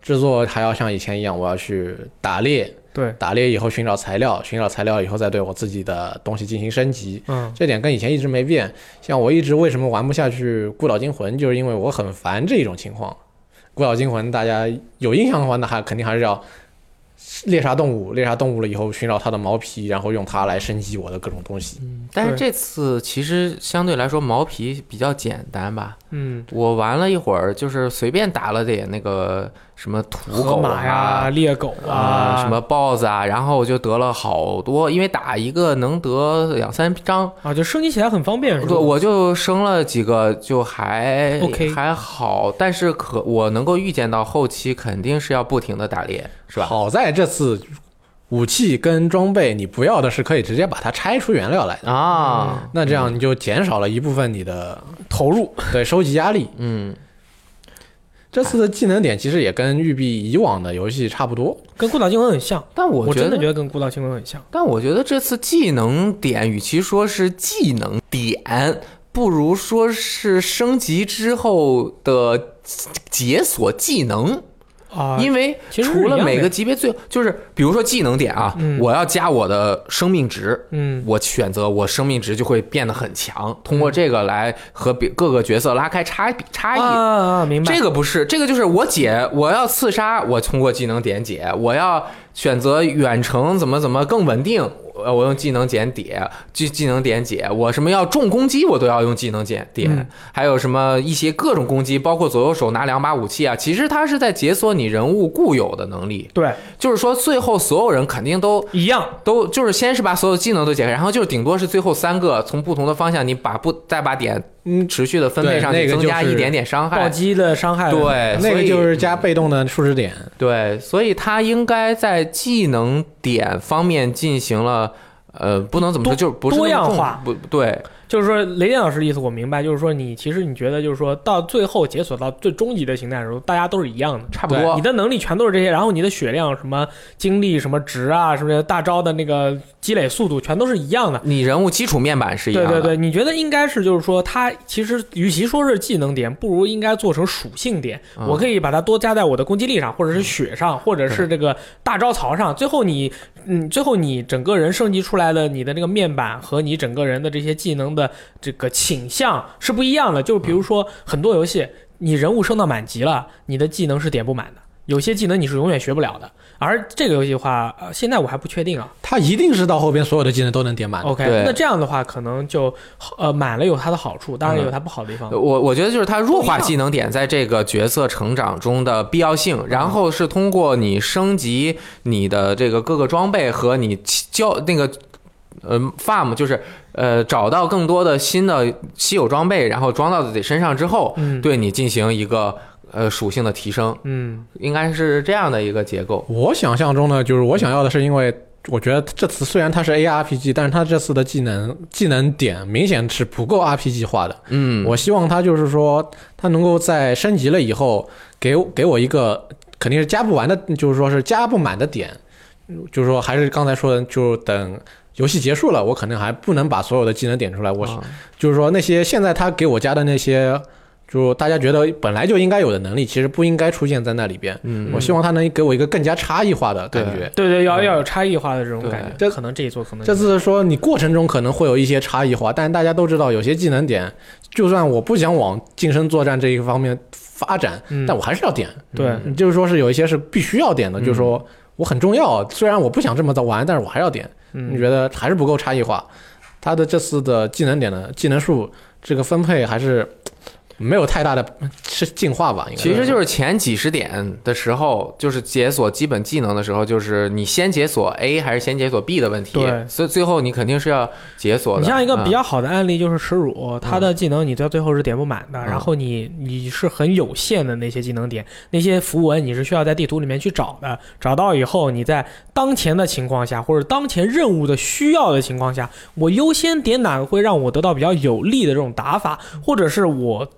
制作还要像以前一样，我要去打猎，
对，
打猎以后寻找材料，寻找材料以后再对我自己的东西进行升级。
嗯，
这点跟以前一直没变。像我一直为什么玩不下去《孤岛惊魂》，就是因为我很烦这种情况。《孤岛惊魂》大家有印象的话，那还肯定还是要猎杀动物，猎杀动物了以后寻找它的毛皮，然后用它来升级我的各种东西。
嗯，但是这次其实相对来说毛皮比较简单吧。
嗯，
我玩了一会儿，就是随便打了点那个什么土狗
马呀、猎狗
啊、
啊，
什么 boss 啊，然后我就得了好多，因为打一个能得两三张
啊，就升级起来很方便，是吧？
对，我就升了几个，就还
OK
还好，但是可我能够预见到后期肯定是要不停的打猎，是吧？
好在这次武器跟装备你不要的是可以直接把它拆出原料来的
啊，
那这样你就减少了一部分你的
投入，
对收集压力。
嗯，
这次的技能点其实也跟育碧以往的游戏差不多，
跟孤岛惊魂很像。
但我觉得
我真的觉得跟孤岛惊魂很像。
但我觉得这次技能点与其说是技能点，不如说是升级之后的解锁技能。
啊，
因为除了每个级别最就是比如说技能点啊、嗯，我要加我的生命值，
嗯，
我选择我生命值就会变得很强，通过这个来和别各个角色拉开差比差异
啊，明白？
这个不是，这个就是我解，我要刺杀，我通过技能点解，我要选择远程怎么怎么更稳定。我用技能点解，技技能点解，我什么要重攻击，我都要用技能点点、嗯，还有什么一些各种攻击，包括左右手拿两把武器啊，其实它是在解锁你人物固有的能力。
对，
就是说最后所有人肯定都
一样，
都就是先是把所有技能都解开，然后就是顶多是最后三个从不同的方向，你把不再把点嗯持续的分配上去，增加一点点伤害，
暴击的伤害。
对，
那个就是加被动的数值点。
对，所以它应该在技能点方面进行了。呃，不能怎么说，就是不是
多样化，
不对，
就是说雷电老师的意思我明白，就是说你其实你觉得就是说到最后解锁到最终极的形态的时候，大家都是一样的，
差不多，
你的能力全都是这些，然后你的血量、什么精力、什么值啊，什么大招的那个积累速度全都是一样的，
你人物基础面板是一样的。
对对对，你觉得应该是就是说它其实与其说是技能点，不如应该做成属性点，嗯、我可以把它多加在我的攻击力上，或者是血上，或者是这个大招槽上，最后你嗯，最后你整个人升级出来的你的那个面板和你整个人的这些技能的这个倾向是不一样的。就比如说很多游戏，你人物升到满级了，你的技能是点不满的，有些技能你是永远学不了的。而这个游戏的话，呃，现在我还不确定啊。
它一定是到后边所有的技能都能点满。
OK， 那这样的话，可能就呃满了有它的好处，当然也有它不好的地方。
嗯、我我觉得就是它弱化技能点在这个角色成长中的必要性，然后是通过你升级你的这个各个装备和你交那个呃 farm 就是呃找到更多的新的稀有装备，然后装到自己身上之后，嗯、对你进行一个。呃，属性的提升，
嗯，
应该是这样的一个结构。
我想象中呢，就是我想要的是，因为我觉得这次虽然它是 A R P G， 但是它这次的技能技能点明显是不够 R P G 化的。
嗯，
我希望它就是说，它能够在升级了以后，给给我一个肯定是加不完的，就是说是加不满的点，就是说还是刚才说的，就等游戏结束了，我可能还不能把所有的技能点出来。我、哦、就是说那些现在他给我加的那些。就大家觉得本来就应该有的能力，其实不应该出现在那里边。嗯，我希望他能给我一个更加差异化的感觉。
对 对, 对，要要有差异化的这种感觉。这可能这一座可能
这次说你过程中可能会有一些差异化，但大家都知道有些技能点，就算我不想往近身作战这一方面发展，嗯、但我还是要点。
对、
嗯，就是说是有一些是必须要点的，嗯、就是说我很重要，虽然我不想这么早玩，但是我还要点。
嗯，
你觉得还是不够差异化？他的这次的技能点的技能数这个分配还是。没有太大的是进化吧，应该
其实就是前几十点的时候，就是解锁基本技能的时候，就是你先解锁 A 还是先解锁 B 的问题。
对，
所以最后你肯定是要解锁的。
你像一个比较好的案例就是耻辱，它、嗯、的技能你到最后是点不满的，
嗯、
然后你你是很有限的那些技能点，那些符文你是需要在地图里面去找的，找到以后你在当前的情况下或者当前任务的需要的情况下，我优先点哪个会让我得到比较有利的这种打法，或者是我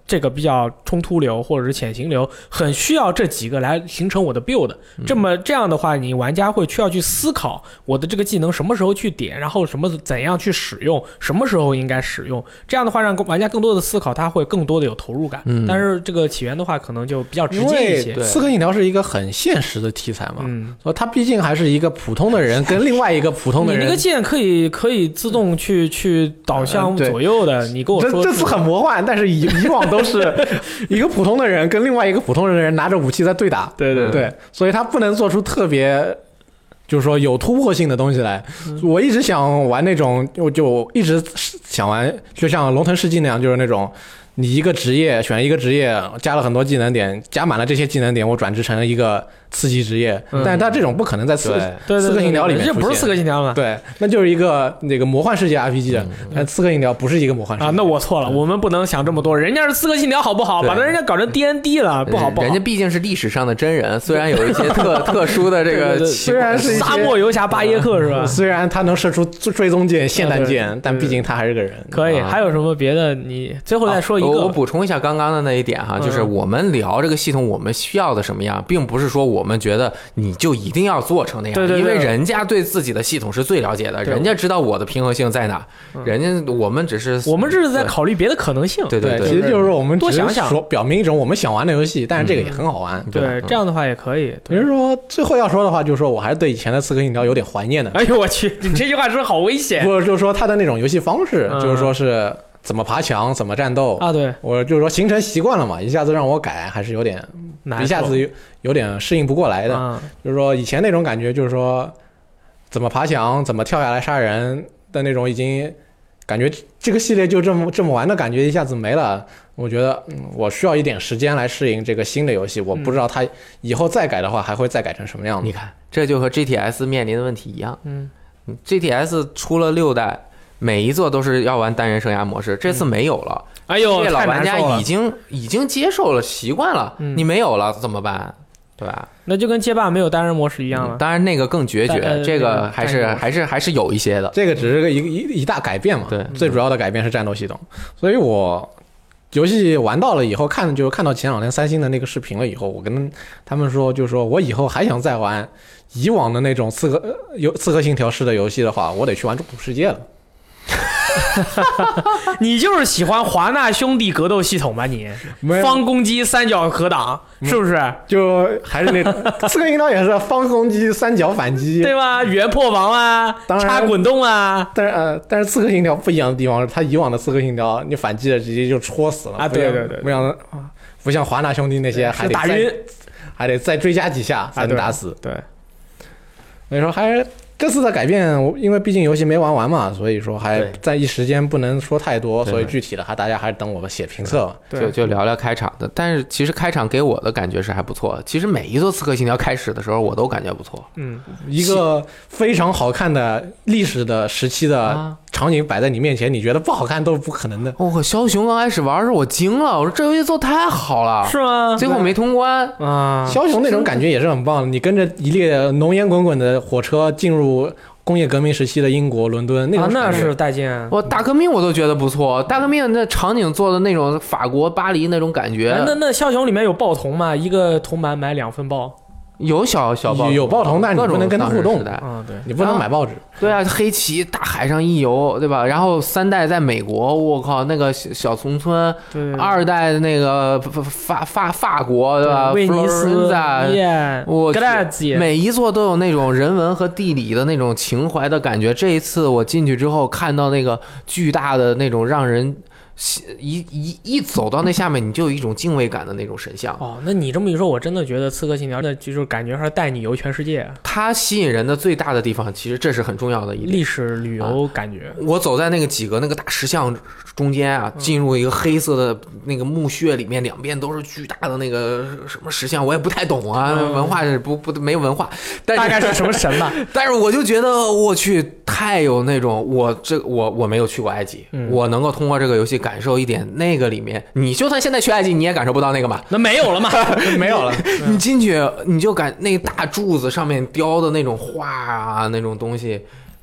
这个比较冲突流或者是潜行流，很需要这几个来形成我的 build。这么这样的话，你玩家会需要去思考我的这个技能什么时候去点，然后什么怎样去使用，什么时候应该使用。这样的话，让玩家更多的思考，他会更多的有投入感。
嗯、
但是这个起源的话，可能就比较直接一些。
刺客信条是一个很现实的题材嘛，
嗯，
所以它毕竟还是一个普通的人跟另外一个普通的人，
你那个键可以可以自动去去导向左右的。你跟我说
这这次很魔幻，但是以以往都是一个普通的人跟另外一个普通的人拿着武器在对打，
对对
对，所以他不能做出特别就是说有突破性的东西来。嗯、我一直想玩那种，我就一直想玩，就像龙腾世纪那样，就是那种。你一个职业选一个职业，加了很多技能点，加满了这些技能点，我转职成了一个次级职业。嗯、但是它这种不可能在刺刺客信条里面出现，
这不是刺客信条吗？
对，那就是一个那个魔幻世界 R P G 的。但刺客信条不是一个魔幻世界
啊，那我错了，我们不能想这么多。人家是刺客信条好不好？把人家搞成 D N D 了，不好不好。
人家毕竟是历史上的真人，虽然有一些特特殊的这个，
对对对虽然是
沙漠游侠巴耶克是吧？
虽然他能射出追踪箭、霰弹箭，啊、但毕竟他还是个人。
可以，还有什么别的？你最后再说一个，
啊、我, 我补充一下。刚刚的那一点哈，就是我们聊这个系统，我们需要的什么样，并不是说我们觉得你就一定要做成那样，
对对对，
因为人家对自己的系统是最了解的，人家知道我的平衡性在哪，人家我们只是
我们这是在考虑别的可能性，
对对对，
其实就是说我们
多想想，
说表明一种我们想玩的游戏，但是这个也很好玩，
对，对这样的话也可以。
比如说最后要说的话，就是说我还是对以前的刺客信条有点怀念的。
哎呦我去，你这句话说好危险。
不是，就是说他的那种游戏方式，就是说是。怎么爬墙，怎么战斗
啊？对，
我就是说形成习惯了嘛，一下子让我改，还是有点，一下子有有点适应不过来的。
啊、
就是说以前那种感觉，就是说怎么爬墙，怎么跳下来杀人的那种，已经感觉这个系列就这么这么玩的感觉一下子没了。我觉得、嗯、我需要一点时间来适应这个新的游戏，我不知道它以后再改的话，还会再改成什么样子。
你看，这就和 G T S 面临的问题一样。
嗯
，G T S 出了六代。每一座都是要玩单人生涯模式，这次没有了。
嗯、哎呦，
这老玩家已经已经接受了，习惯了。
嗯、
你没有了怎么办？对吧？
那就跟街霸没有单人模式一样了。
嗯、当然，那个更决绝，
呃、
这个还是还是还是有一些的。
这个只是个一一一大改变嘛。
对，
最主要的改变是战斗系统。所以我游戏玩到了以后，看就是看到前两天三星的那个视频了以后，我跟他们说，就是说我以后还想再玩以往的那种刺客游刺客信条式的游戏的话，我得去玩中土世界了。
你就是喜欢华纳兄弟格斗系统吧你？方攻击三角格挡是不是？
就还是那刺客信条也是方攻击三角反击，
对吧？圆破防啊，插滚动啊。
但是呃，但是刺客信条不一样的地方是，它以往的刺客信条你反击了直接就戳死了
啊！对对对，
不像不像华纳兄弟那些还得
打晕，
还得再追加几下才能打死。
啊、对，
所以说还是。这次的改变，因为毕竟游戏没玩完嘛，所以说还在一时间不能说太多，所以具体的还大家还是等我们写评测吧。
就就聊聊开场的，但是其实开场给我的感觉是还不错。其实每一座刺客信条开始的时候，我都感觉不错。
嗯，
一个非常好看的历史的时期的场景摆在你面前，你觉得不好看都是不可能的。
哦，枭雄刚开始玩的时候我惊了，我说这游戏做太好了，
是吗？
最后没通关
啊。
枭雄那种感觉也是很棒的，你跟着一列浓烟滚滚的火车进入工业革命时期的英国伦敦那种、
啊、那是带劲、啊。
我大革命我都觉得不错，大革命那场景做的那种法国巴黎那种感觉。
那那枭雄里面有爆铜吗？一个铜板买两份爆。
有小小爆
有爆铜，但是你不能跟他互动。
嗯，对，
你不能买报纸。
对啊，黑旗大海上一游，对吧？然后三代在美国，我靠，那个小小丛村。
对。
二代的那个法法法国，对吧？
威尼斯啊，
我每一座都有那种人文和地理的那种情怀的感觉。这一次我进去之后，看到那个巨大的那种让人。一一一走到那下面，你就有一种敬畏感的那种神像。
哦，那你这么一说，我真的觉得《刺客信条》的就是感觉是带你游全世界。
它吸引人的最大的地方，其实这是很重要的一点，
历史旅游感觉、
啊。我走在那个几个那个大石像中间啊，进入一个黑色的那个墓穴里面，两边都是巨大的那个什么石像，我也不太懂啊，嗯、文化是不不没有文化，但是
大概是什么神吧。
但是我就觉得我去太有那种，我这我我没有去过埃及、嗯，我能够通过这个游戏感。感受一点那个里面，你就算现在去埃及，你也感受不到那个嘛？
那没有了嘛？
没有了。
你进去，你就感那大柱子上面雕的那种画啊，那种东西，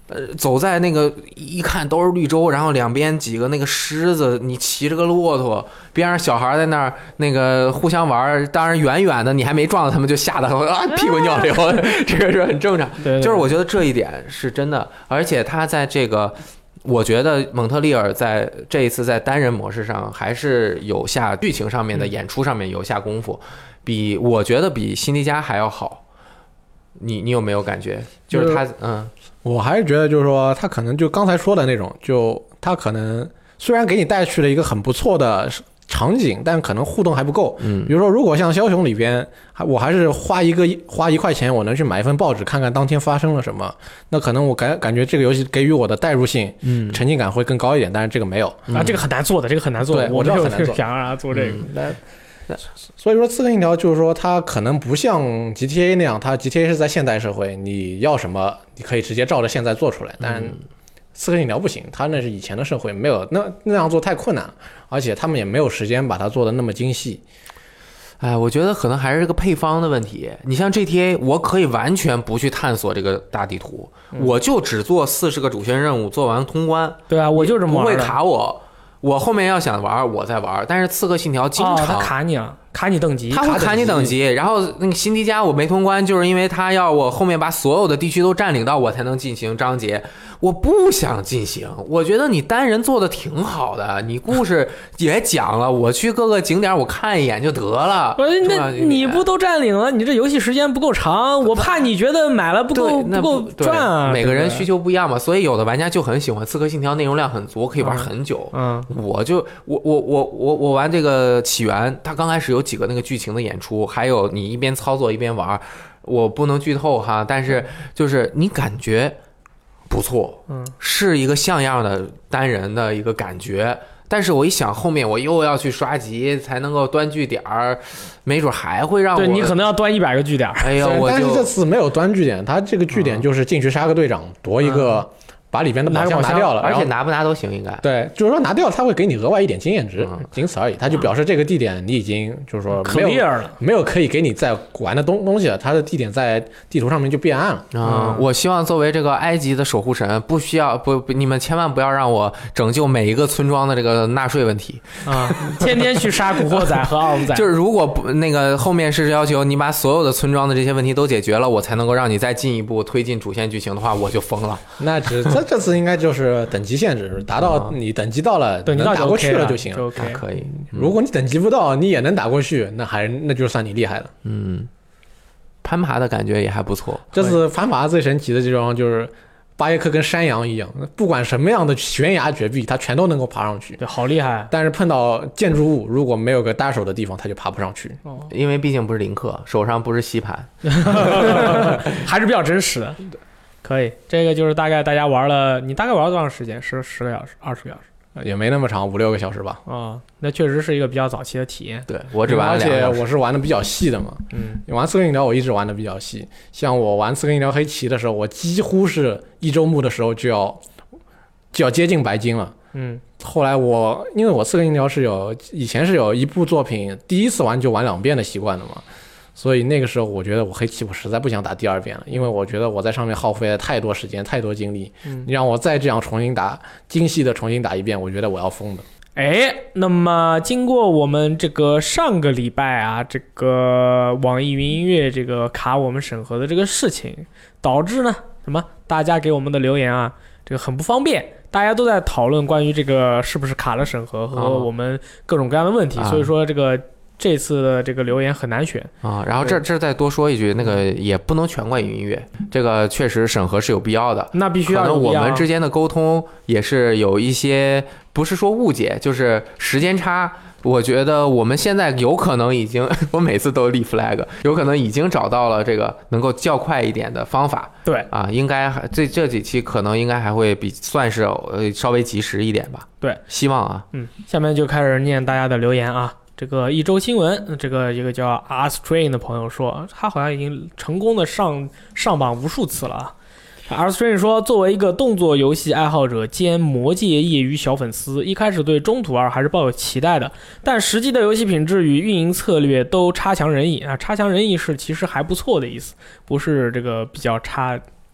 呃，走在那个一看都是绿洲，然后两边几个那个狮子，你骑着个骆驼，边上小孩在那儿那个互相玩，当然远远的你还没撞到他们就吓得啊屁滚尿流，这个是很正常。
对对对，
就是我觉得这一点是真的，而且他在这个。我觉得蒙特利尔在这一次在单人模式上还是有下剧情上面的演出上面有下功夫，比我觉得比辛迪加还要好。你你有没有感觉？就是他，嗯，
我还是觉得就是说他可能就刚才说的那种，就他可能虽然给你带去了一个很不错的场景，但可能互动还不够。
嗯，
比如说，如果像枭雄里边，我还是花一个花一块钱，我能去买一份报纸，看看当天发生了什么，那可能我感感觉这个游戏给予我的代入性、嗯，沉浸感会更高一点。但是这个没有
啊，这个很难做的，这个很难做。
对，我知道很难做，
想让他做这个。
嗯所以说，刺客信条就是说，它可能不像 G T A 那样，它 G T A 是在现代社会，你要什么，你可以直接照着现在做出来。但刺客信条不行，它那是以前的社会，没有那那样做太困难，而且他们也没有时间把它做的那么精细。
哎，我觉得可能还是这个配方的问题。你像 G T A， 我可以完全不去探索这个大地图，嗯、我就只做四十个主线任务，做完通关。
对啊，我就这么玩，
不会卡我。我后面要想玩，我再玩。但是刺客信条经常、哦、
他卡你了，卡你等级，
他会卡你等级。然后那个辛迪加我没通关，就是因为他要我后面把所有的地区都占领到，我才能进行章节。我不想进行，我觉得你单人做的挺好的，你故事也讲了，我去各个景点我看一眼就得了。
那你不都占领了？你这游戏时间不够长，我怕你觉得买了不够不够赚啊。
每个人需求不一样嘛，所以有的玩家就很喜欢刺客信条，内容量很足，可以玩很久。
嗯，
嗯我就我我我我我玩这个起源，它刚开始有几个那个剧情的演出，还有你一边操作一边玩，我不能剧透哈，但是就是你感觉。不错，
嗯，
是一个像样的单人的一个感觉，但是我一想后面我又要去刷级才能够端据点儿，没准还会让我
对你可能要端一百个据点。
哎呦，我
但是这次没有端据点，他这个据点就是进去杀个队长，嗯、夺一个。把里边的宝箱拿掉了，
而且拿不拿都行，应该
对，就是说拿掉他会给你额外一点经验值，嗯、仅此而已。他就表示这个地点你已经就是说没有
了，
没有可以给你再玩的东东西了，它的地点在地图上面就变暗了。
嗯，我希望作为这个埃及的守护神，不需要不，你们千万不要让我拯救每一个村庄的这个纳税问题
啊！天天去杀古惑仔和二五仔，
就是如果不那个后面是要求你把所有的村庄的这些问题都解决了，我才能够让你再进一步推进主线剧情的话，我就疯了。
那只这这次应该就是。等级限制达到你等级到了，能打过去了就行了，
还
可以。
如果你等级不到，你也能打过去，那还那就算你厉害了。
嗯，攀爬的感觉也还不错。
这次攀爬最神奇的地方就是巴耶克跟山羊一样，不管什么样的悬崖绝壁，它全都能够爬上去，
对，好厉害。
但是碰到建筑物，如果没有个搭手的地方，它就爬不上去。
哦，
因为毕竟不是林克，手上不是吸盘，
还是比较真实的。可以，这个就是大概大家玩了，你大概玩了多长时间？十十个小时，二十个小时，
也没那么长，五六个小时吧。
啊、哦，那确实是一个比较早期的体验。
对我只玩了两个小时，
而且我是玩的比较细的嘛。
嗯，
玩刺客信条我一直玩的比较细，像我玩刺客信条黑旗的时候，我几乎是一周目的时候就要就要接近白金了。
嗯，
后来我因为我刺客信条是有以前是有一部作品第一次玩就玩两遍的习惯的嘛。所以那个时候，我觉得我黑棋我实在不想打第二遍了，因为我觉得我在上面耗费了太多时间、太多精力。
嗯，
你让我再这样重新打、精细的重新打一遍，我觉得我要疯的。
哎，那么经过我们这个上个礼拜啊，这个网易云音乐这个卡我们审核的这个事情，导致呢什么？大家给我们的留言啊，这个很不方便。大家都在讨论关于这个是不是卡了审核和我们各种各样的问题，
哦、
所以说这个。这次的这个留言很难选
啊，然后这这再多说一句，那个也不能全怪云音乐，这个确实审核是有必要的，
那必须要
可能我们之间的沟通也是有一些不是说误解，就是时间差。我觉得我们现在有可能已经，我每次都立 flag， 有可能已经找到了这个能够较快一点的方法。
对
啊，应该还这这几期可能应该还会比算是呃稍微及时一点吧。
对，
希望啊。
嗯，下面就开始念大家的留言啊。这个一周新闻，这个一个叫 Arstrain 的朋友说，他好像已经成功的上上榜无数次了啊。Arstrain 说，作为一个动作游戏爱好者兼魔界业余小粉丝，一开始对中途二还是抱有期待的，但实际的游戏品质与运营策略都差强人意啊。差强人意是其实还不错的意思，不是这个比较差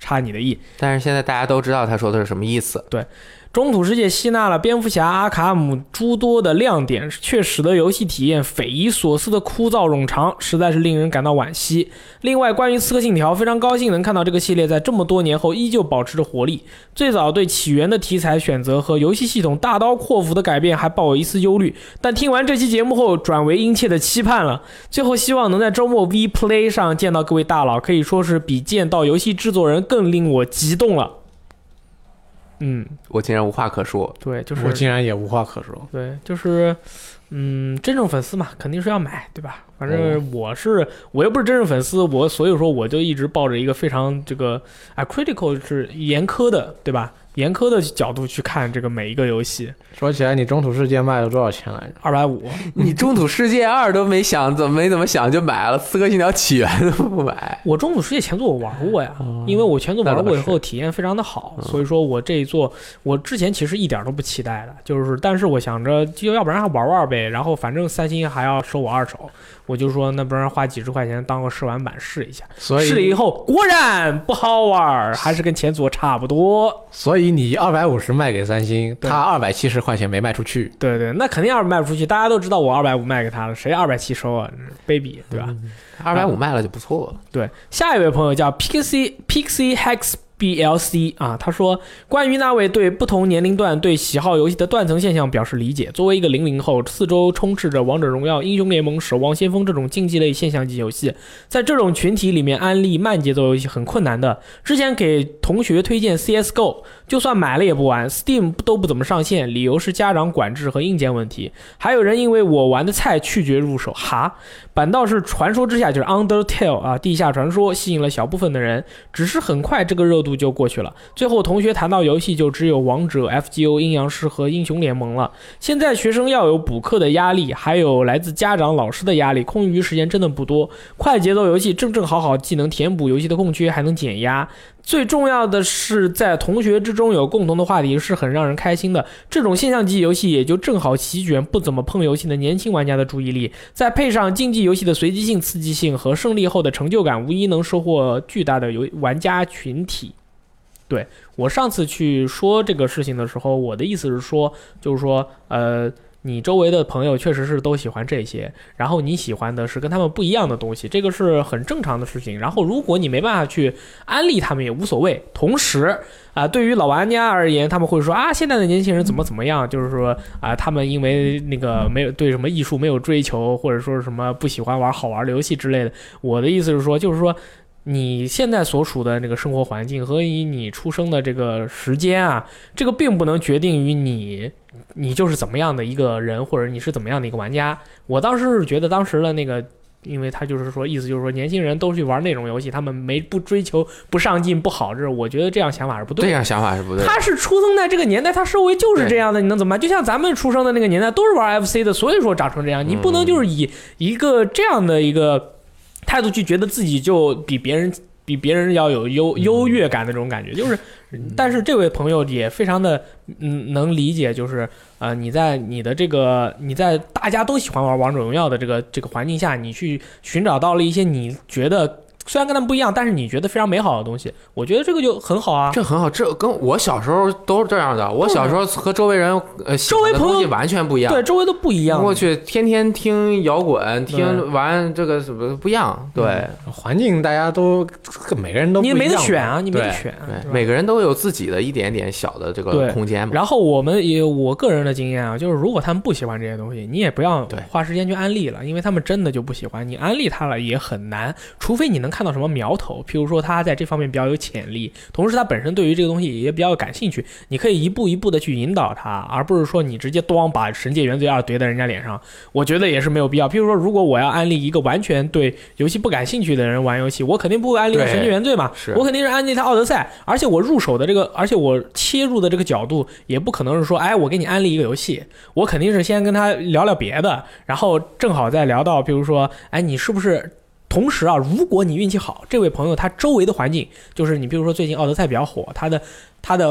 差你的意。
但是现在大家都知道他说的是什么意思。
对。中土世界吸纳了蝙蝠侠、阿卡姆诸多的亮点，却使得游戏体验匪夷所思的枯燥冗长，实在是令人感到惋惜。另外，关于刺客信条，非常高兴能看到这个系列在这么多年后依旧保持着活力。最早对起源的题材选择和游戏系统大刀阔斧的改变还抱有一丝忧虑，但听完这期节目后，转为殷切的期盼了。最后，希望能在周末 V Play 上见到各位大佬，可以说是比见到游戏制作人更令我激动了。嗯，
我竟然无话可说。
对，就是
我竟然也无话可说。
对，就是，嗯，真正粉丝嘛，肯定是要买，对吧？反正我是，我又不是真正粉丝，我所以说我就一直抱着一个非常这个啊 critical 是严苛的，对吧？严苛的角度去看这个每一个游戏。
说起来，你中土世界卖了多少钱来着？
二百五。
你中土世界二都没想，怎么没怎么想就买了，刺客信条起源都不买。
我中土世界前作我玩过呀，哦、因为我前作玩过以后体验非常的好，所以说我这一作我之前其实一点都不期待的，就是但是我想着就要不然还玩玩呗，然后反正三星还要收我二手，我就说那不然花几十块钱当个试玩版试一下，试了以后果然不好玩，还是跟前作差不多。
所以你二百五十卖给三星，他二百七十块钱没卖出去。
对对，那肯定要是卖不出去，大家都知道我二百五卖给他了，谁二百七收啊？卑鄙，对吧？
二百五卖了就不错了。
对，下一位朋友叫 Pixie Pixie Hex B L C 啊，他说关于那位对不同年龄段对喜好游戏的断层现象表示理解。作为一个零零后，四周充斥着王者荣耀、英雄联盟、守望先锋这种竞技类现象级游戏，在这种群体里面安利慢节奏游戏很困难的。之前给同学推荐 C S G O， 就算买了也不玩， Steam 都不怎么上线，理由是家长管制和硬件问题。还有人因为我玩的菜拒绝入手，哈，反倒是传说之下就是 Undertale 啊，地下传说吸引了小部分的人，只是很快这个热度就过去了。最后同学谈到游戏就只有王者、 F G O、 阴阳师和英雄联盟了。现在学生要有补课的压力，还有来自家长老师的压力，空余时间真的不多。快节奏游戏正正好好，既能填补游戏的空缺，还能减压。最重要的是在同学之中有共同的话题，是很让人开心的。这种现象级游戏也就正好席卷不怎么碰游戏的年轻玩家的注意力，再配上竞技游戏的随机性、刺激性和胜利后的成就感，无疑能收获巨大的游玩家群体。对，我上次去说这个事情的时候，我的意思是说，就是说，呃，你周围的朋友确实是都喜欢这些，然后你喜欢的是跟他们不一样的东西，这个是很正常的事情。然后如果你没办法去安利他们也无所谓。同时啊、呃，对于老玩家而言，他们会说啊，现在的年轻人怎么怎么样，就是说啊、呃，他们因为那个没有对什么艺术没有追求，或者说什么不喜欢玩好玩的游戏之类的。我的意思是说，就是说。你现在所处的那个生活环境和以你出生的这个时间啊，这个并不能决定于你，你就是怎么样的一个人，或者你是怎么样的一个玩家。我当时是觉得当时的那个，因为他就是说，意思就是说，年轻人都去玩那种游戏，他们没不追求、不上进、不好，这我觉得这样想法是不对的。
这样想法是不对的。
他是出生在这个年代，他社会就是这样的，你能怎么办？就像咱们出生的那个年代都是玩 F C 的，所以说长成这样，你不能就是以一个这样的一个态度去觉得自己就比别人比别人要有优优越感的这种感觉，就是，但是这位朋友也非常的嗯能理解，就是呃你在你的这个你在大家都喜欢玩王者荣耀的这个这个环境下，你去寻找到了一些你觉得虽然跟他们不一样，但是你觉得非常美好的东西，我觉得这个就很好啊。
这很好，这跟我小时候都是这样的。我小时候和周围人呃喜欢的东西完全不一样，
对，周围都不一样。
过去天天听摇滚，听玩这个什么不一样，对，
嗯、环境大家都每个人都不一样，
你没得选啊，你没得选、啊，
对，每个人都有自己的一点点小的这个空间嘛。
然后我们也我个人的经验啊，就是如果他们不喜欢这些东西，你也不要花时间去安利了，因为他们真的就不喜欢，你安利他了也很难，除非你能看到什么苗头。譬如说他在这方面比较有潜力，同时他本身对于这个东西也比较感兴趣，你可以一步一步的去引导他，而不是说你直接咣把神界原罪二怼在人家脸上，我觉得也是没有必要。譬如说如果我要安利一个完全对游戏不感兴趣的人玩游戏，我肯定不会安利神界原罪嘛，我肯定是安利他奥德赛，而且我入手的这个而且我切入的这个角度也不可能是说哎我给你安利一个游戏，我肯定是先跟他聊聊别的，然后正好再聊到譬如说哎你是不是同时啊，如果你运气好，这位朋友他周围的环境，就是你比如说最近奥德赛比较火，他的他的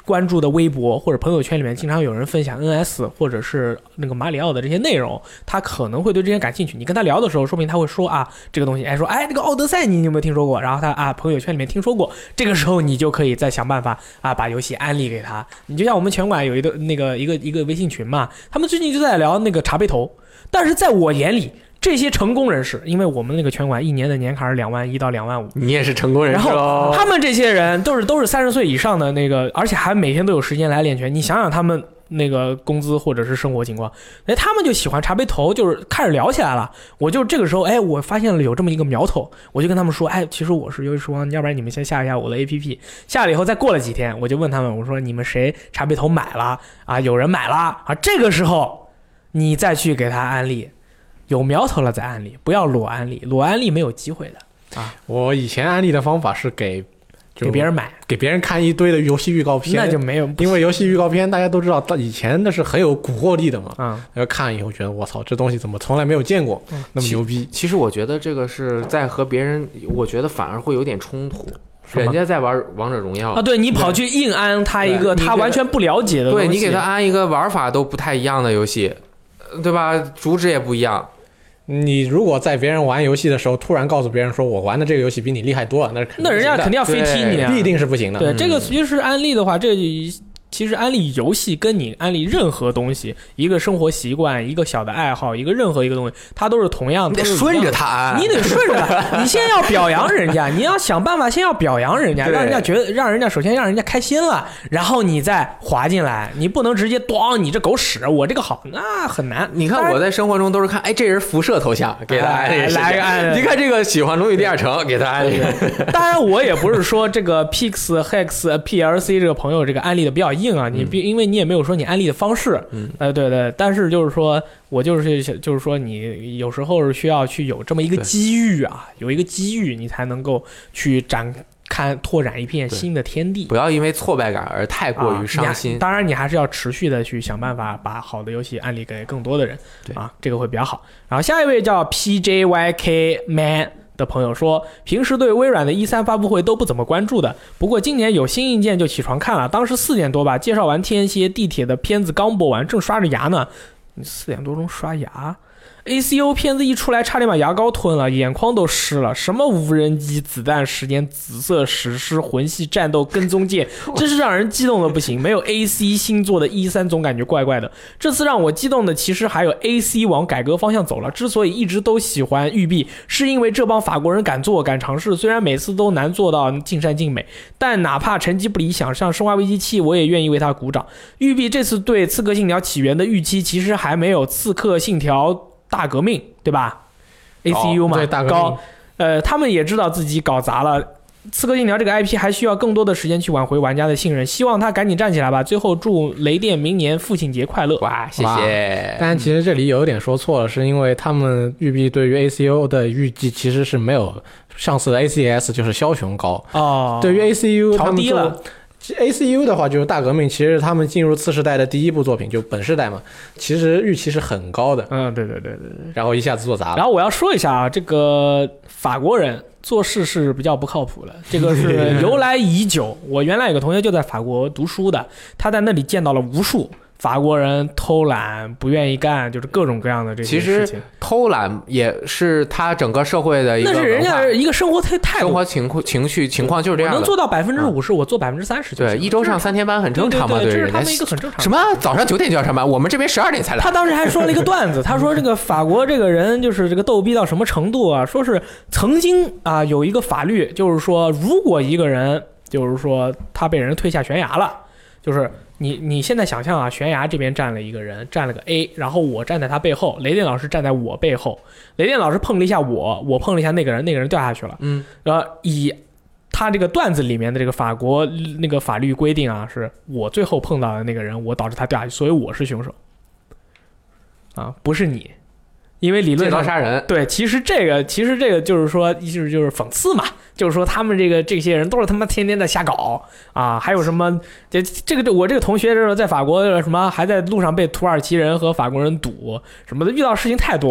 关注的微博或者朋友圈里面经常有人分享 N S 或者是那个马里奥的这些内容，他可能会对这些感兴趣。你跟他聊的时候，说明他会说啊这个东西，哎说哎这个奥德赛你有没有听说过？然后他啊朋友圈里面听说过，这个时候你就可以再想办法啊把游戏安利给他。你就像我们拳馆有一个那个一个一个微信群嘛，他们最近就在聊那个茶杯头，但是在我眼里。这些成功人士，因为我们那个拳馆一年的年卡是两万一到两万五，
你也是成功人士喽。
然后他们这些人都是都是三十岁以上的那个，而且还每天都有时间来练拳。你想想他们那个工资或者是生活情况，哎，他们就喜欢茶杯头，就是开始聊起来了。我就这个时候，哎，我发现了有这么一个苗头，我就跟他们说，哎，其实我是游戏时光，要不然你们先下一下我的 A P P。下了以后，再过了几天，我就问他们，我说你们谁茶杯头买了啊？有人买了啊？这个时候你再去给他安利。有苗头了再安利，不要裸安利，裸安利没有机会的啊！
我以前安利的方法是给
给别人买，
给别人看一堆的游戏预告片，
那就没有，
因为游戏预告片大家都知道，以前那是很有蛊惑力的嘛。
嗯，
然后看以后觉得我操，这东西怎么从来没有见过，
嗯、
那么牛逼。
其实我觉得这个是在和别人，我觉得反而会有点冲突。人家在玩王者荣耀
啊，对你跑去硬安他一个他完全不了解的东西，
对你给他安一个玩法都不太一样的游戏，对吧？主旨也不一样。
你如果在别人玩游戏的时候突然告诉别人说我玩的这个游戏比你厉害多了，那
那人家肯定要飞踢你啊，
必定是不行的。
对，这个其实安利的话，这其实安利游戏跟你安利任何东西，一个生活习惯，一个小的爱好，一个任何一个东西，它都是同样的。
你得顺着它安，
你得顺着它。你先要表扬人家，你要想办法先要表扬人家，让人家觉得，让人家首先让人家开心了，然后你再滑进来。你不能直接咣，你这狗屎，我这个好，那很难。
你看我在生活中都是看，哎，这人辐射头像，给他安
来来安。
你看这个喜欢龙与地下城，给他安利。
当然，我也不是说这个 Pix Hex P L C 这个朋友这个安利的比较硬啊，你因为。你也没有说你安利的方式，
嗯，
呃，对对，但是就是说我就是就是说你有时候是需要去有这么一个机遇啊，有一个机遇，你才能够去展开拓展一片新的天地。
不要因为挫败感而太过于伤心。
啊、当然，你还是要持续的去想办法把好的游戏安利给更多的人，啊，这个会比较好。然后下一位叫 P J Y K Man。的朋友说，平时对微软的 E 三 发布会都不怎么关注的，不过今年有新硬件就起床看了，当时四点多吧，介绍完天蝎地铁的片子刚播完，正刷着牙呢。你四点多钟刷牙？A C O 片子一出来，差点把牙膏吞了，眼眶都湿了。什么无人机、子弹时间、紫色史诗、魂系战斗、跟踪舰，真是让人激动的不行。没有 A C 新做的 E 三，总感觉怪怪的。这次让我激动的，其实还有 A C 往改革方向走了。之所以一直都喜欢育碧，是因为这帮法国人敢做、敢尝试。虽然每次都难做到尽善尽美，但哪怕成绩不理想，像《生化危机七》，我也愿意为他鼓掌。育碧这次对《刺客信条：起源》的预期，其实还没有《刺客信条》大革命，对吧 ？A C U 嘛，
对，大革命
高，呃，他们也知道自己搞砸了。刺客信条这个 I P 还需要更多的时间去挽回玩家的信任，希望他赶紧站起来吧。最后祝雷电明年父亲节快乐！
哇，谢谢。
但其实这里有点说错了，是因为他们育碧对于 A C U 的预计其实是没有上次的 A C S 就是枭雄高
哦。
对于 A C U
调低了。
A C U 的话，就是大革命，其实他们进入次世代的第一部作品，就本世代嘛，其实预期是很高的。
嗯，对对对对对。
然后一下子做砸了。
然后我要说一下啊，这个法国人做事是比较不靠谱的，这个是由来已久。我原来有个同学就在法国读书的，他在那里见到了无数法国人偷懒不愿意干，就是各种各样的这些事情。
其实偷懒也是他整个社会的一个
那是人家一个生活态度、
生活情况、情绪情况就是这样的。
我能做到百分之五十，我做百分之三十就行。
对，一周上三天班很正常嘛，
对对对，
对，
这是他们一个很正常的。
什么早上九点就要上班，我们这边十二点才来。
他当时还说了一个段子，他说这个法国这个人就是这个逗逼到什么程度啊？说是曾经啊有一个法律，就是说如果一个人就是说他被人推下悬崖了，就是你你现在想象啊，悬崖这边站了一个人，站了个 A， 然后我站在他背后，雷电老师站在我背后，雷电老师碰了一下我，我碰了一下那个人，那个人掉下去了。
嗯，
然后以他这个段子里面的这个法国那个法律规定啊，是我最后碰到的那个人，我导致他掉下去，所以我是凶手啊，不是你。因为理论上
借刀杀人，
对，其实这个其实这个就是说，就是就是讽刺嘛，就是说他们这个这些人都是他妈天天在瞎搞啊，还有什么这这个我这个同学在法国什么还在路上被土耳其人和法国人堵什么的，遇到事情太多了。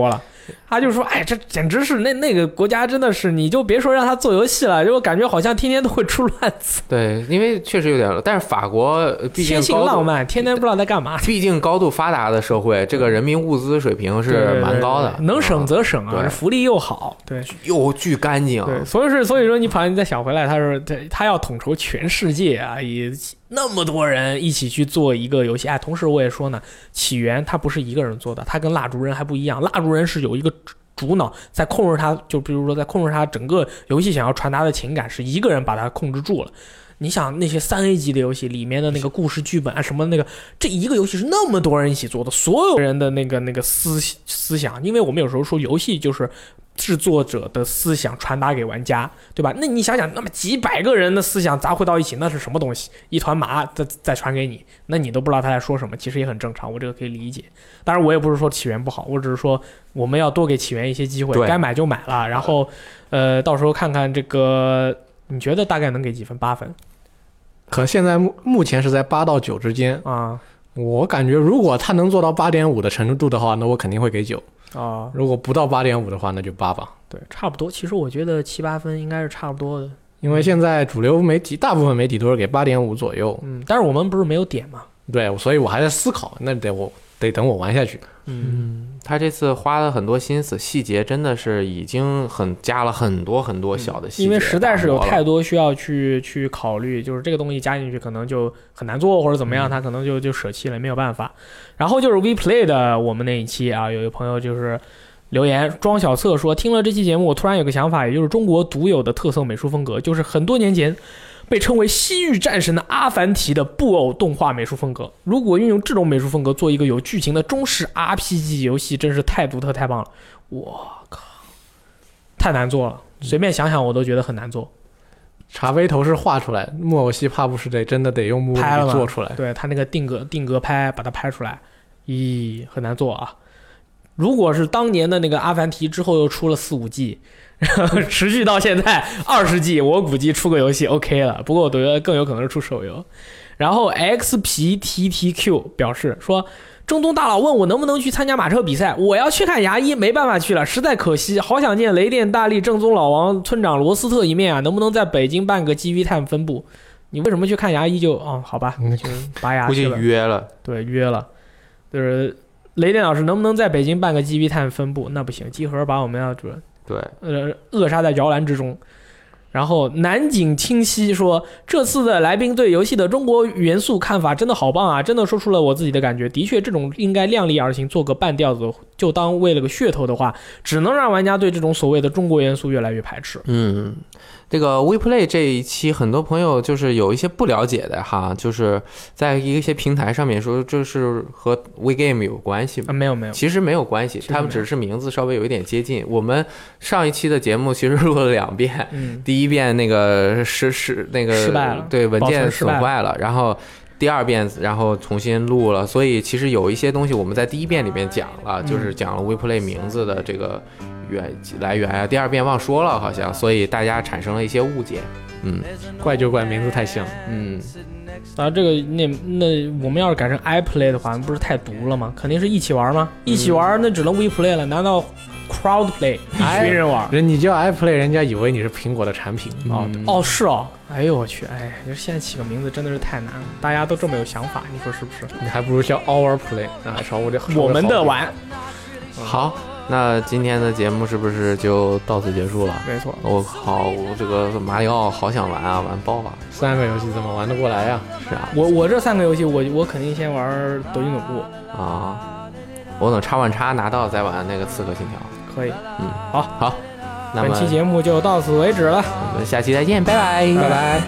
他就说，哎，这简直是那那个国家真的是，你就别说让他做游戏了，就感觉好像天天都会出乱子。
对，因为确实有点，但是法国毕竟
天性浪漫，天天不知道在干嘛。
毕竟高度发达的社会，这个人民物资水平是蛮高的，
对对对对能省则省啊，福利又好，对，
又巨干净。
对，所以是所以说你反正你再想回来，他说他他要统筹全世界啊，以那么多人一起去做一个游戏。哎，同时我也说呢，起源他不是一个人做的，他跟蜡烛人还不一样，蜡烛人是有一个主脑在控制他，就比如说在控制他整个游戏想要传达的情感，是一个人把他控制住了。你想那些三 A 级的游戏里面的那个故事剧本啊什么那个，这一个游戏是那么多人一起做的，所有人的那个那个思思想，因为我们有时候说游戏就是制作者的思想传达给玩家，对吧？那你想想，那么几百个人的思想杂烩到一起，那是什么东西？一团麻再再传给你，那你都不知道他在说什么，其实也很正常，我这个可以理解。当然，我也不是说起源不好，我只是说我们要多给起源一些机会，该买就买了，然后呃，到时候看看这个，你觉得大概能给几分？八分？
可现在目目前是在八到九之间
啊。
我感觉如果他能做到八点五的程度的话，那我肯定会给九。
啊，
如果不到八点五的话，那就八吧。
对，差不多。其实我觉得七八分应该是差不多的，
因为现在主流媒体大部分媒体都是给八点五左右。
嗯，但是我们不是没有点嘛？
对，所以我还在思考，那得我得等我玩下去。
嗯，
他这次花了很多心思，细节真的是已经很加了很多很多小的细节，
因为实在是有太多需要去去考虑，就是这个东西加进去可能就很难做或者怎么样，他可能就就舍弃了，没有办法。然后就是 WePlay 的我们那一期啊，有一个朋友就是留言，庄小策说，听了这期节目，我突然有个想法，也就是中国独有的特色美术风格，就是很多年前被称为西域战神的阿凡提的布偶动画美术风格。如果运用这种美术风格做一个有剧情的中式 R P G 游戏，真是太独特太棒了。我靠，太难做了，随便想想我都觉得很难做。
茶杯头是画出来，木偶戏怕不是得真的得用木偶做出来。
对，他那个定格定格拍把它拍出来，咦，很难做啊。如果是当年的那个阿凡提之后又出了四五季，持续到现在二十季，我估计出个游戏 OK 了。不过我觉得更有可能是出手游。然后 X P T T Q 表示说，中东大佬问我能不能去参加马车比赛，我要去看牙医，没办法去了，实在可惜，好想见雷电大力正宗老王村长罗斯特一面啊！能不能在北京办个 G V Time 分部？你为什么去看牙医就哦好吧，就拔牙去了，
估计约了，
对，约了，就是雷电老师能不能在北京办个 G V Time 分部？那不行，集合把我们要主
对
呃扼杀在摇篮之中。然后南景清晰说，这次的来宾对游戏的中国元素看法真的好棒啊，真的说出了我自己的感觉。的确，这种应该量力而行，做个半调子，就当为了个噱头的话，只能让玩家对这种所谓的中国元素越来越排斥。
嗯，这个 WePlay 这一期很多朋友就是有一些不了解的哈，就是在一些平台上面说这是和 WeGame 有关系吗？
啊，没有没有，
其实没有关系，他们只是名字稍微有一点接近。我们上一期的节目其实录了两遍，
嗯，
第一遍那个失失那个
失败了，
对，文件损坏了，然后第二遍然后重新录了，所以其实有一些东西我们在第一遍里面讲了，就是讲了 WePlay 名字的这个源来源啊，第二遍忘说了好像，所以大家产生了一些误解。嗯，
怪就怪名字太像。
嗯，
啊，这个那那我们要是改成 iPlay 的话，不是太毒了吗？肯定是一起玩吗？一起玩那只能 WePlay 了，难道 Crowdplay 一群人玩？
人你叫 iPlay， 人家以为你是苹果的产品。
哦、嗯、哦是哦，哎呦我去，哎，现在起个名字真的是太难了，大家都这么有想法，你说是不是？
你还不如叫 Our Play， 那还稍微
我们的玩。
好，那今天的节目是不是就到此结束了？
没错。
我靠，我这个马里奥好想玩啊，玩爆啊！
三个游戏怎么玩得过来呀？
是啊，
我我这三个游戏，我我肯定先玩德军总部
啊，我等叉 one 叉拿到再玩那个刺客信条。
可以，
嗯，
好，
好，那么
本期节目就到此为止了，
我们下期再见，拜拜，
拜拜。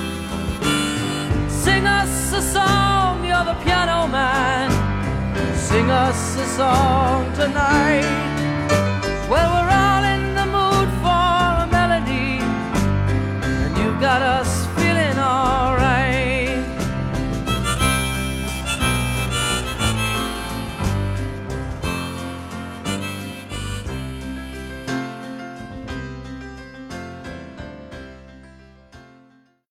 Sing us a song, you're the piano man. Sing us a song tonight. Well, we're